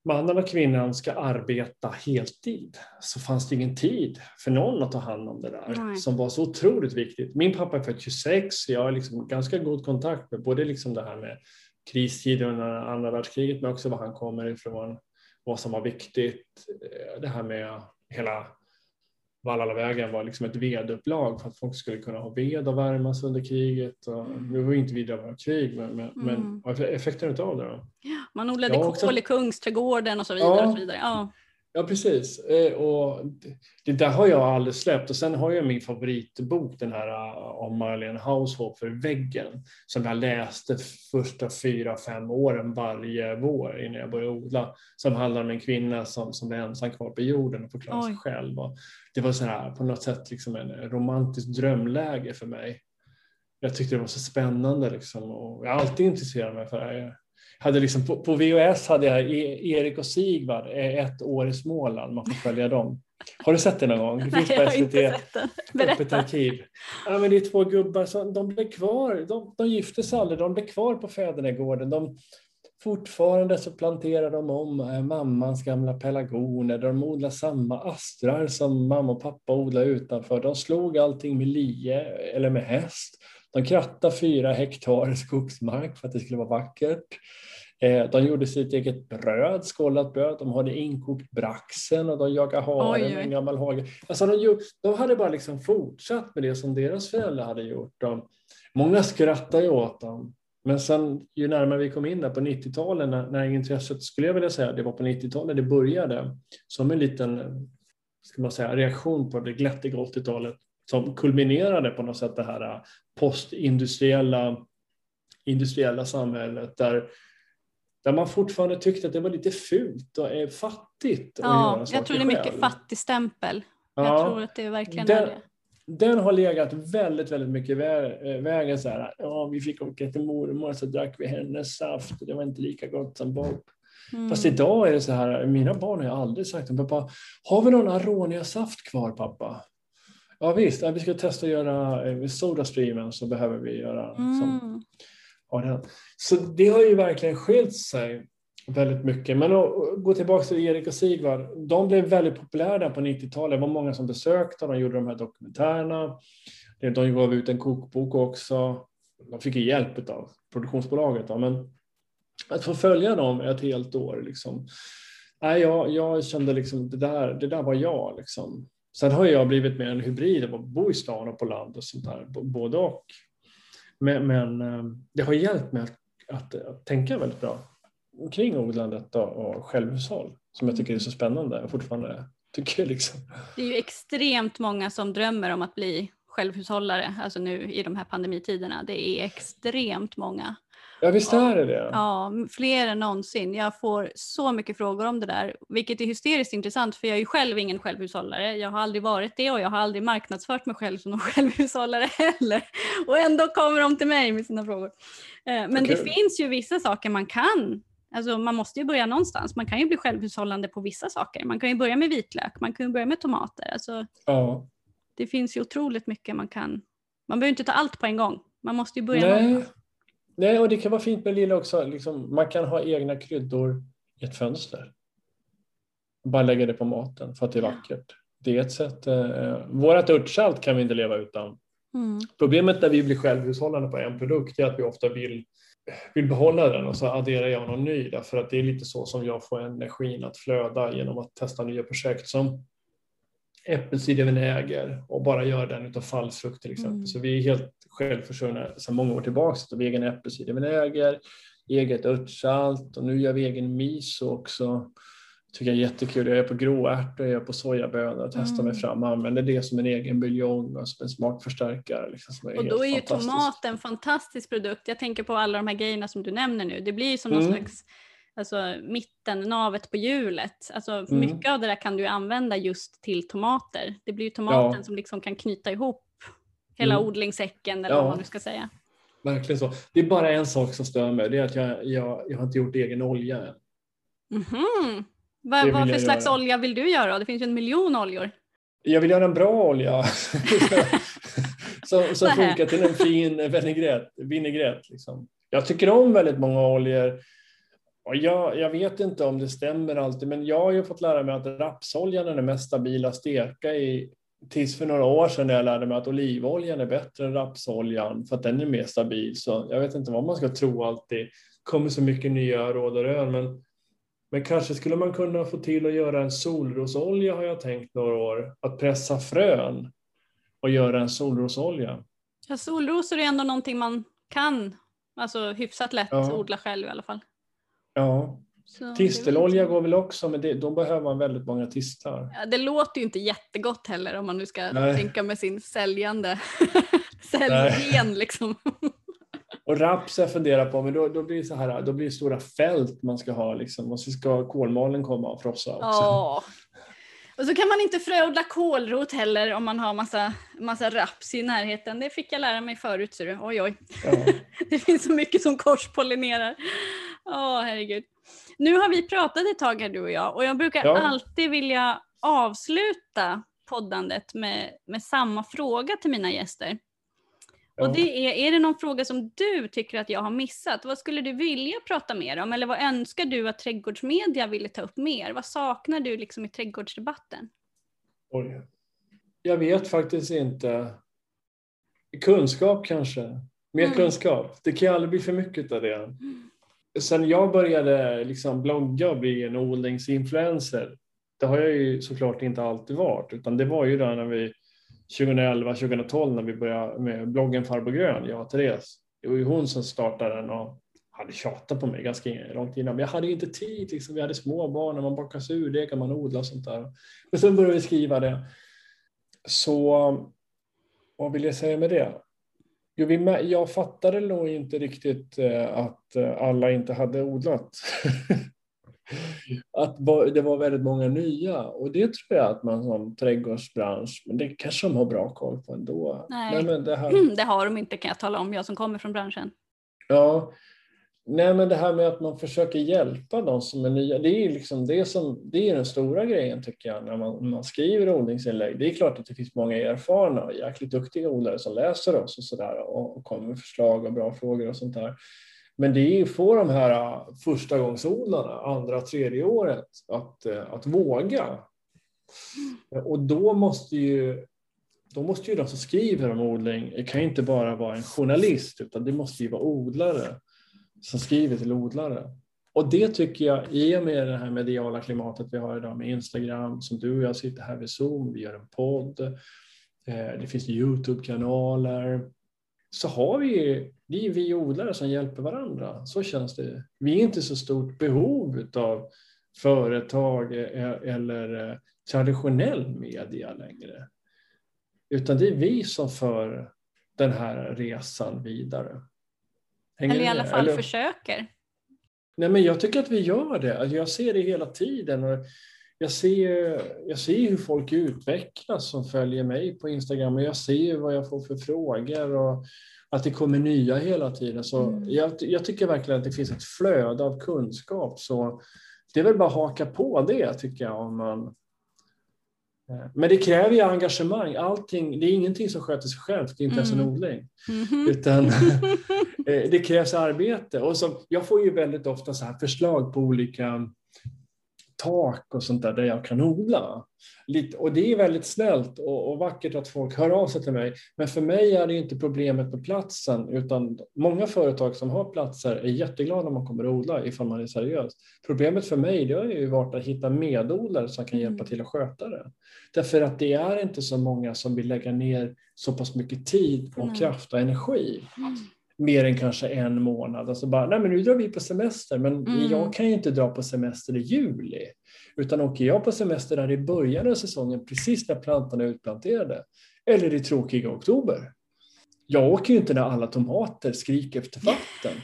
mannen och kvinnan ska arbeta heltid, så fanns det ingen tid för någon att ta hand om det där. Nej. Som var så otroligt viktigt. Min pappa är född 26, jag har liksom ganska god kontakt med både liksom det här med kristiden under andra världskriget, men också var han kommer ifrån, vad som var viktigt. Det här med hela Vallalavägen var liksom ett vedupplag för att folk skulle kunna ha ved och värma sig under kriget. Och nu var inte vidare vara krig, men effekten av det då? Man odlade kål i Kungsträdgården och så vidare. Ja. Och så vidare. Ja. Ja, precis. Och det där har jag aldrig släppt. Och sen har jag min favoritbok, den här om Marlene Haushoff, För väggen, som jag läste första 4-5 åren varje vår innan jag började odla. Som handlar om en kvinna som är ensam kvar på jorden och får klara sig själv. Och det var så här, på något sätt liksom en romantisk drömläge för mig. Jag tyckte det var så spännande liksom, och jag har alltid intresserat mig för det. Hade liksom, på VHS hade jag Erik och Sigvard, 1 år i Småland, man får följa dem. Har du sett det någon gång? Det finns på SVT, öppet arkiv. Ja, men det är 2 gubbar som de blev kvar, de gifte sig aldrig, de blev kvar på fädernegården. Fortfarande så planterar de om mammans gamla pelargoner, de odlar samma astrar som mamma och pappa odlar utanför. De slog allting med lie eller med häst. De krattade 4 hektar skogsmark för att det skulle vara vackert. De gjorde sitt eget bröd, skållat bröd. De hade inkokt braxen och de jagade hare med en gammal hage. Alltså de hade bara liksom fortsatt med det som deras föräldrar hade gjort. Många skrattade ju åt dem. Men sen ju närmare vi kom in där på 90-talet, när intresset, skulle jag vilja säga, det var på 90-talet det började. Som en liten, ska man säga, reaktion på det glättiga 80-talet. Som kulminerade på något sätt det här postindustriella samhället där man fortfarande tyckte att det var lite fult och fattigt att göra saker. Jag tror det är mycket själv. Fattigstämpel. Ja, jag tror att det verkligen är det. Den har legat väldigt, väldigt mycket i vägen. Så här, vi fick åka till mormor så drack vi hennes saft. Det var inte lika gott som Bob. Fast idag är det så här, mina barn har aldrig sagt, pappa, har vi någon Aronia-saft kvar, pappa? Ja visst, vi ska testa att göra SodaStreamen, så behöver vi göra så det har ju verkligen skilt sig väldigt mycket. Men att gå tillbaka till Erik och Sigvard, de blev väldigt populära på 90-talet. Det var många som besökte, de gjorde de här dokumentärerna. De gav ut en kokbok också. De fick ju hjälp av produktionsbolaget. Men att få följa dem ett helt år liksom. Nej, jag kände liksom det där var jag liksom. Sen har jag blivit mer en hybrid av att bo i stan och på land och sånt där, både och. Men det har hjälpt mig att tänka väldigt bra kring odlandet och självhushåll, som jag tycker är så spännande och fortfarande tycker liksom. Det är ju extremt många som drömmer om att bli självhushållare, alltså nu i de här pandemitiderna. Det är extremt många. Ja, visst är det det. Ja, fler än någonsin. Jag får så mycket frågor om det där, vilket är hysteriskt intressant, för jag är ju själv ingen självhushållare. Jag har aldrig varit det och jag har aldrig marknadsfört mig själv som någon självhushållare heller. Och ändå kommer de till mig med sina frågor. Men det finns ju vissa saker man kan. Alltså man måste ju börja någonstans. Man kan ju bli självhushållande på vissa saker. Man kan ju börja med vitlök, man kan ju börja med tomater. Alltså, det finns ju otroligt mycket man kan. Man behöver inte ta allt på en gång. Man måste ju börja någonstans. Nej, och det kan vara fint med lilla också. Liksom, man kan ha egna kryddor i ett fönster. Bara lägga det på maten för att det är vackert. Det är ett sätt. Vårat örtsalt kan vi inte leva utan. Problemet när vi blir självhushållande på en produkt är att vi ofta vill behålla den och så adderar jag någon ny. Därför att det är lite så som jag får energin att flöda genom att testa nya projekt som äppelcidervinäger och bara göra den utav fallfrukt till exempel. Så vi är helt självförsörjande sedan många år tillbaka. Så vi har egen äppelcidervinäger, eget örtsalt och nu gör vi egen miso också. Tycker jag är jättekul. Jag är på gråärtor, jag är på sojabönor och testar mig fram. Använder det som en egen buljong och som en smakförstärkare. Liksom, som är och då är ju tomat en fantastisk produkt. Jag tänker på alla de här grejerna som du nämner nu. Det blir ju som någon slags mitten, navet på hjulet. Alltså mycket av det där kan du använda just till tomater. Det blir ju tomaten som liksom kan knyta ihop hela odlingsäcken eller vad man nu ska säga. Verkligen så. Det är bara en sak som stör mig. Det är att jag har inte gjort egen olja än. Vad för slags olja vill du göra? Det finns ju 1 miljon oljor. Jag vill göra en bra olja. som funkar till en fin vinägrett. Liksom. Jag tycker om väldigt många oljor. Och jag vet inte om det stämmer alltid, men jag har ju fått lära mig att rapsoljan är den mest stabila att steka i. Tills för några år sedan när jag lärde mig att olivoljan är bättre än rapsoljan för att den är mer stabil. Så jag vet inte vad man ska tro alltid. Det kommer så mycket nya råd och rön, men kanske skulle man kunna få till att göra en solrosolja, har jag tänkt några år. Att pressa frön och göra en solrosolja. Ja, solrosor är ändå någonting man kan, alltså hyfsat lätt odla själv i alla fall. Ja, så tistelolja går väl också, men då behöver man väldigt många tistlar. Ja, det låter ju inte jättegott heller om man nu ska tänka med sin säljgen liksom. Och raps jag funderar på, men då blir det så här, då blir det stora fält man ska ha liksom, och så ska kolmålen komma och frossa också. Ja. Och så kan man inte fröodla kålrot heller om man har massa raps i närheten. Det fick jag lära mig förut, så oj. Ja. Det finns så mycket som korspollinerar. Herregud. Nu har vi pratat ett tag här, du och jag. Och jag brukar alltid vilja avsluta poddandet med samma fråga till mina gäster. Ja. Och det är det någon fråga som du tycker att jag har missat? Vad skulle du vilja prata mer om? Eller vad önskar du att trädgårdsmedia ville ta upp mer? Vad saknar du liksom i trädgårdsdebatten? Oj. Jag vet faktiskt inte. Kunskap kanske. Mer kunskap. Det kan ju aldrig bli för mycket av det. Sen jag började liksom blogga och bli en odlingsinfluencer. Det har jag ju såklart inte alltid varit. Utan det var ju där när vi 2011-2012 när vi började med bloggen Farbror Grön, jag och Therese. Det var ju hon som startade den och hade tjatat på mig ganska långt innan. Men jag hade inte tid, liksom. Vi hade små barn, när man bakar surdeg, man odla och sånt där. Men sen började vi skriva det. Så vad vill jag säga med det? Jo, jag fattade nog inte riktigt att alla inte hade odlat. Att det var väldigt många nya, och det tror jag att man som trädgårdsbransch, men det kanske de har bra koll på ändå. Nej, men det har de inte, kan jag tala om, jag som kommer från branschen. Ja, nej, men det här med att man försöker hjälpa de som är nya, det är liksom det är den stora grejen tycker jag när man skriver odlingsinlägg. Det är klart att det finns många erfarna och jäkligt duktiga odlare som läser oss och sådär och kommer med förslag och bra frågor och sånt där. Men det är ju för de här förstagångsodlarna, andra, tredje året, att våga. Och då måste ju de som skriver om odling, det kan inte bara vara en journalist, utan det måste ju vara odlare som skriver till odlare. Och det tycker jag, i och med det här mediala klimatet vi har idag med Instagram, som du och jag sitter här vid Zoom, vi gör en podd, det finns YouTube-kanaler, så har det är vi odlare som hjälper varandra. Så känns det. Vi är inte så stort behov av företag eller traditionell media längre. Utan det är vi som för den här resan vidare. Eller i alla fall försöker. Nej, men jag tycker att vi gör det. Alltså jag ser det hela tiden. Och jag ser hur folk utvecklas som följer mig på Instagram. Och jag ser vad jag får för frågor. Och att det kommer nya hela tiden. Så jag tycker verkligen att det finns ett flöde av kunskap. Så det är väl bara att haka på det, tycker jag. Men det kräver ju engagemang. Allting, det är ingenting som sköter sig självt. Det är inte ens en odling. Utan det krävs arbete. Och jag får ju väldigt ofta så här förslag på olika tak och sånt där jag kan odla. Och det är väldigt snällt och vackert att folk hör av sig till mig. Men för mig är det inte problemet med platsen, utan många företag som har platser är jätteglada om man kommer att odla ifall man är seriös. Problemet för mig, det har ju varit att hitta medodlare som kan hjälpa till att sköta det. Därför att det är inte så många som vill lägga ner så pass mycket tid och kraft och energi. Mer än kanske en månad. Alltså bara, nej men nu drar vi på semester. Men jag kan ju inte dra på semester i juli. Utan åker jag på semester där i början av säsongen, precis när plantorna är utplanterade. Eller i tråkiga oktober. Jag åker ju inte när alla tomater skriker efter vatten.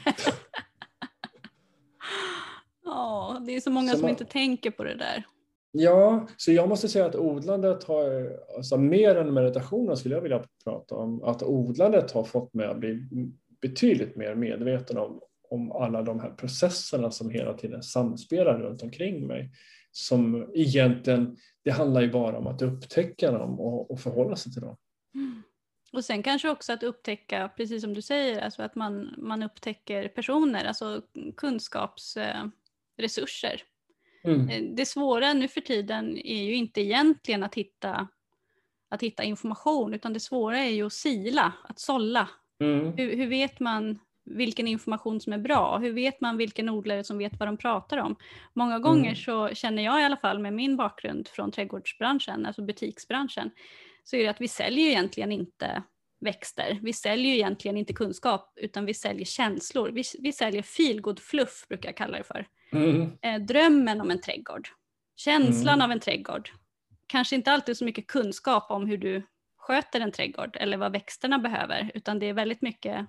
Ja, det är så många som inte tänker på det där. Ja, så jag måste säga att odlandet har, alltså mer än meditationen skulle jag vilja prata om, att odlandet har fått mig att bli betydligt mer medveten om alla de här processerna som hela tiden samspelar runt omkring mig. Som egentligen, det handlar ju bara om att upptäcka dem och förhålla sig till dem. Och sen kanske också att upptäcka, precis som du säger, alltså att man upptäcker personer, alltså resurser. Det svåra nu för tiden är ju inte egentligen att hitta information, utan det svåra är ju att sila, att sålla. Hur vet man vilken information som är bra? Hur vet man vilken odlare som vet vad de pratar om? Många gånger så känner jag i alla fall med min bakgrund från trädgårdsbranschen, alltså butiksbranschen, så är det att vi säljer ju egentligen inte växter. Vi säljer ju egentligen inte kunskap, utan vi säljer känslor. Vi säljer feelgood fluff, brukar jag kalla det för. Drömmen om en trädgård. Känslan av en trädgård. Kanske inte alltid så mycket kunskap om hur du sköter en trädgård eller vad växterna behöver, utan det är väldigt mycket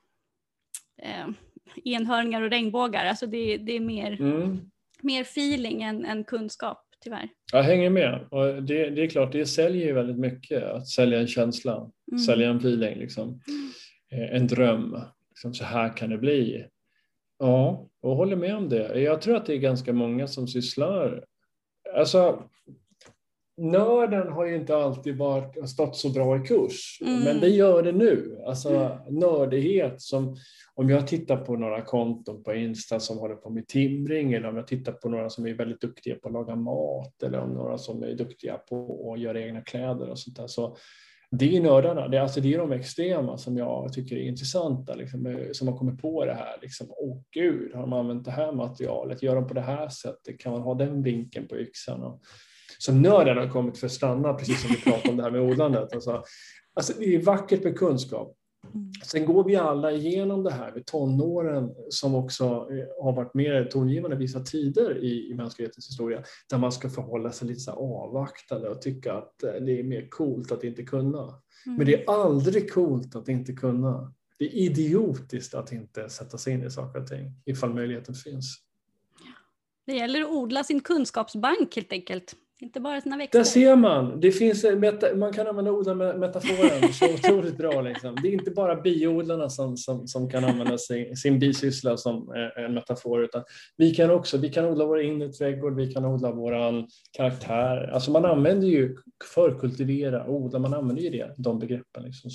enhörningar och regnbågar. Alltså det är mer feeling än kunskap, tyvärr. Jag hänger med. Och det är klart, det säljer ju väldigt mycket. Att sälja en känsla, sälja en feeling, liksom. En dröm. Liksom, så här kan det bli. Ja, och håller med om det. Jag tror att det är ganska många som sysslar. Alltså, nörden har ju inte alltid stått så bra i kurs. Men det gör det nu. Alltså nördighet som, om jag tittar på några konton på Insta som håller på med timring, eller om jag tittar på några som är väldigt duktiga på att laga mat, eller om några som är duktiga på att göra egna kläder och sånt där. Så det är nördarna. Det är de extrema som jag tycker är intressanta. Liksom, som har kommit på det här. Liksom, gud, har de använt det här materialet? Gör de på det här sättet? Kan man ha den vinkeln på yxan? Så nörden har kommit för att stanna, precis som vi pratade om det här med odlandet. Alltså det är vackert med kunskap. Sen går vi alla igenom det här med tonåren, som också har varit mer tongivande vissa tider i mänsklighetens historia, där man ska förhålla sig lite så avvaktande och tycka att det är mer coolt att inte kunna. Men det är aldrig coolt att inte kunna. Det är idiotiskt att inte sätta sig in i saker och ting, ifall möjligheten finns. Det gäller att odla sin kunskapsbank helt enkelt. Inte bara sina växter. Där ser man. Det finns, man kan använda odla med metaforen så otroligt bra. Liksom. Det är inte bara biodlarna som kan använda sin bisyssla som en metafor. Utan vi kan odla vår inre trädgård, vi kan odla vår karaktär. Alltså man använder ju förkultivera, odla, man använder ju de begreppen. Liksom,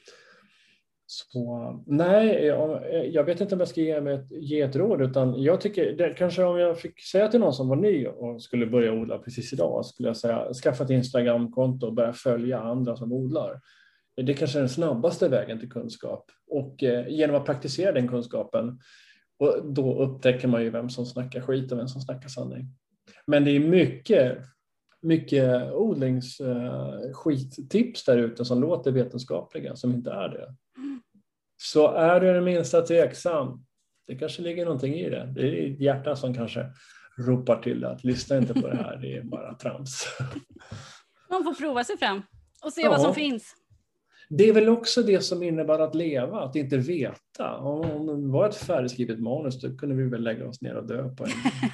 så nej, jag vet inte om jag ska ge ett råd, utan jag tycker, kanske om jag fick säga till någon som var ny och skulle börja odla precis idag, skulle jag säga, skaffa ett Instagram-konto och börja följa andra som odlar. Det kanske är den snabbaste vägen till kunskap, och genom att praktisera den kunskapen, och då upptäcker man ju vem som snackar skit och vem som snackar sanning. Men det är mycket odlingsskittips där ute som låter vetenskapliga, som inte är det. Så är du den minsta tveksam, det kanske ligger någonting i det. Det är ditt hjärta som kanske ropar till att lyssna inte på det här, det är bara trams. Man får prova sig fram och se vad som finns. Det är väl också det som innebär att leva, att inte veta. Om det var ett färdigskrivet manus, då kunde vi väl lägga oss ner och dö på en.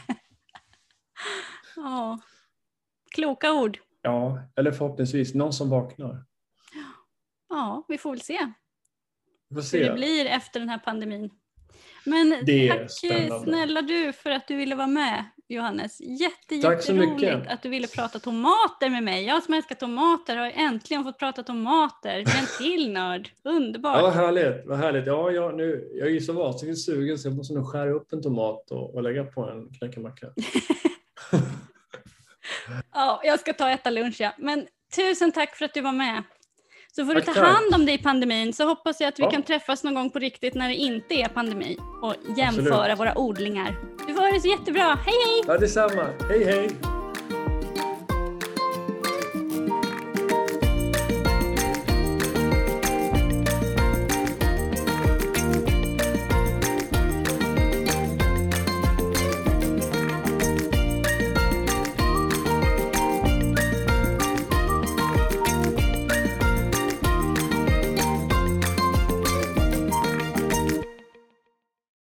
Ja, kloka ord. Ja, eller förhoppningsvis någon som vaknar. Ja, vi får väl se. Hur det blir efter den här pandemin. Men tack snälla du för att du ville vara med, Johannes. Jätteroligt att du ville prata tomater med mig. Jag som älskar tomater har äntligen fått prata tomater med en till nörd. Underbart. Ja, vad härligt. Ja, jag är ju så vansinnigt sugen, så jag måste nog skära upp en tomat och lägga på en knäckemacka. Ja, jag ska äta lunch, ja. Men tusen tack för att du var med. Så får du ta hand om dig i pandemin, så hoppas jag att vi kan träffas någon gång på riktigt när det inte är pandemi och jämföra våra odlingar. Du får ha det så jättebra. Hej hej! Ja, detsamma. Hej hej!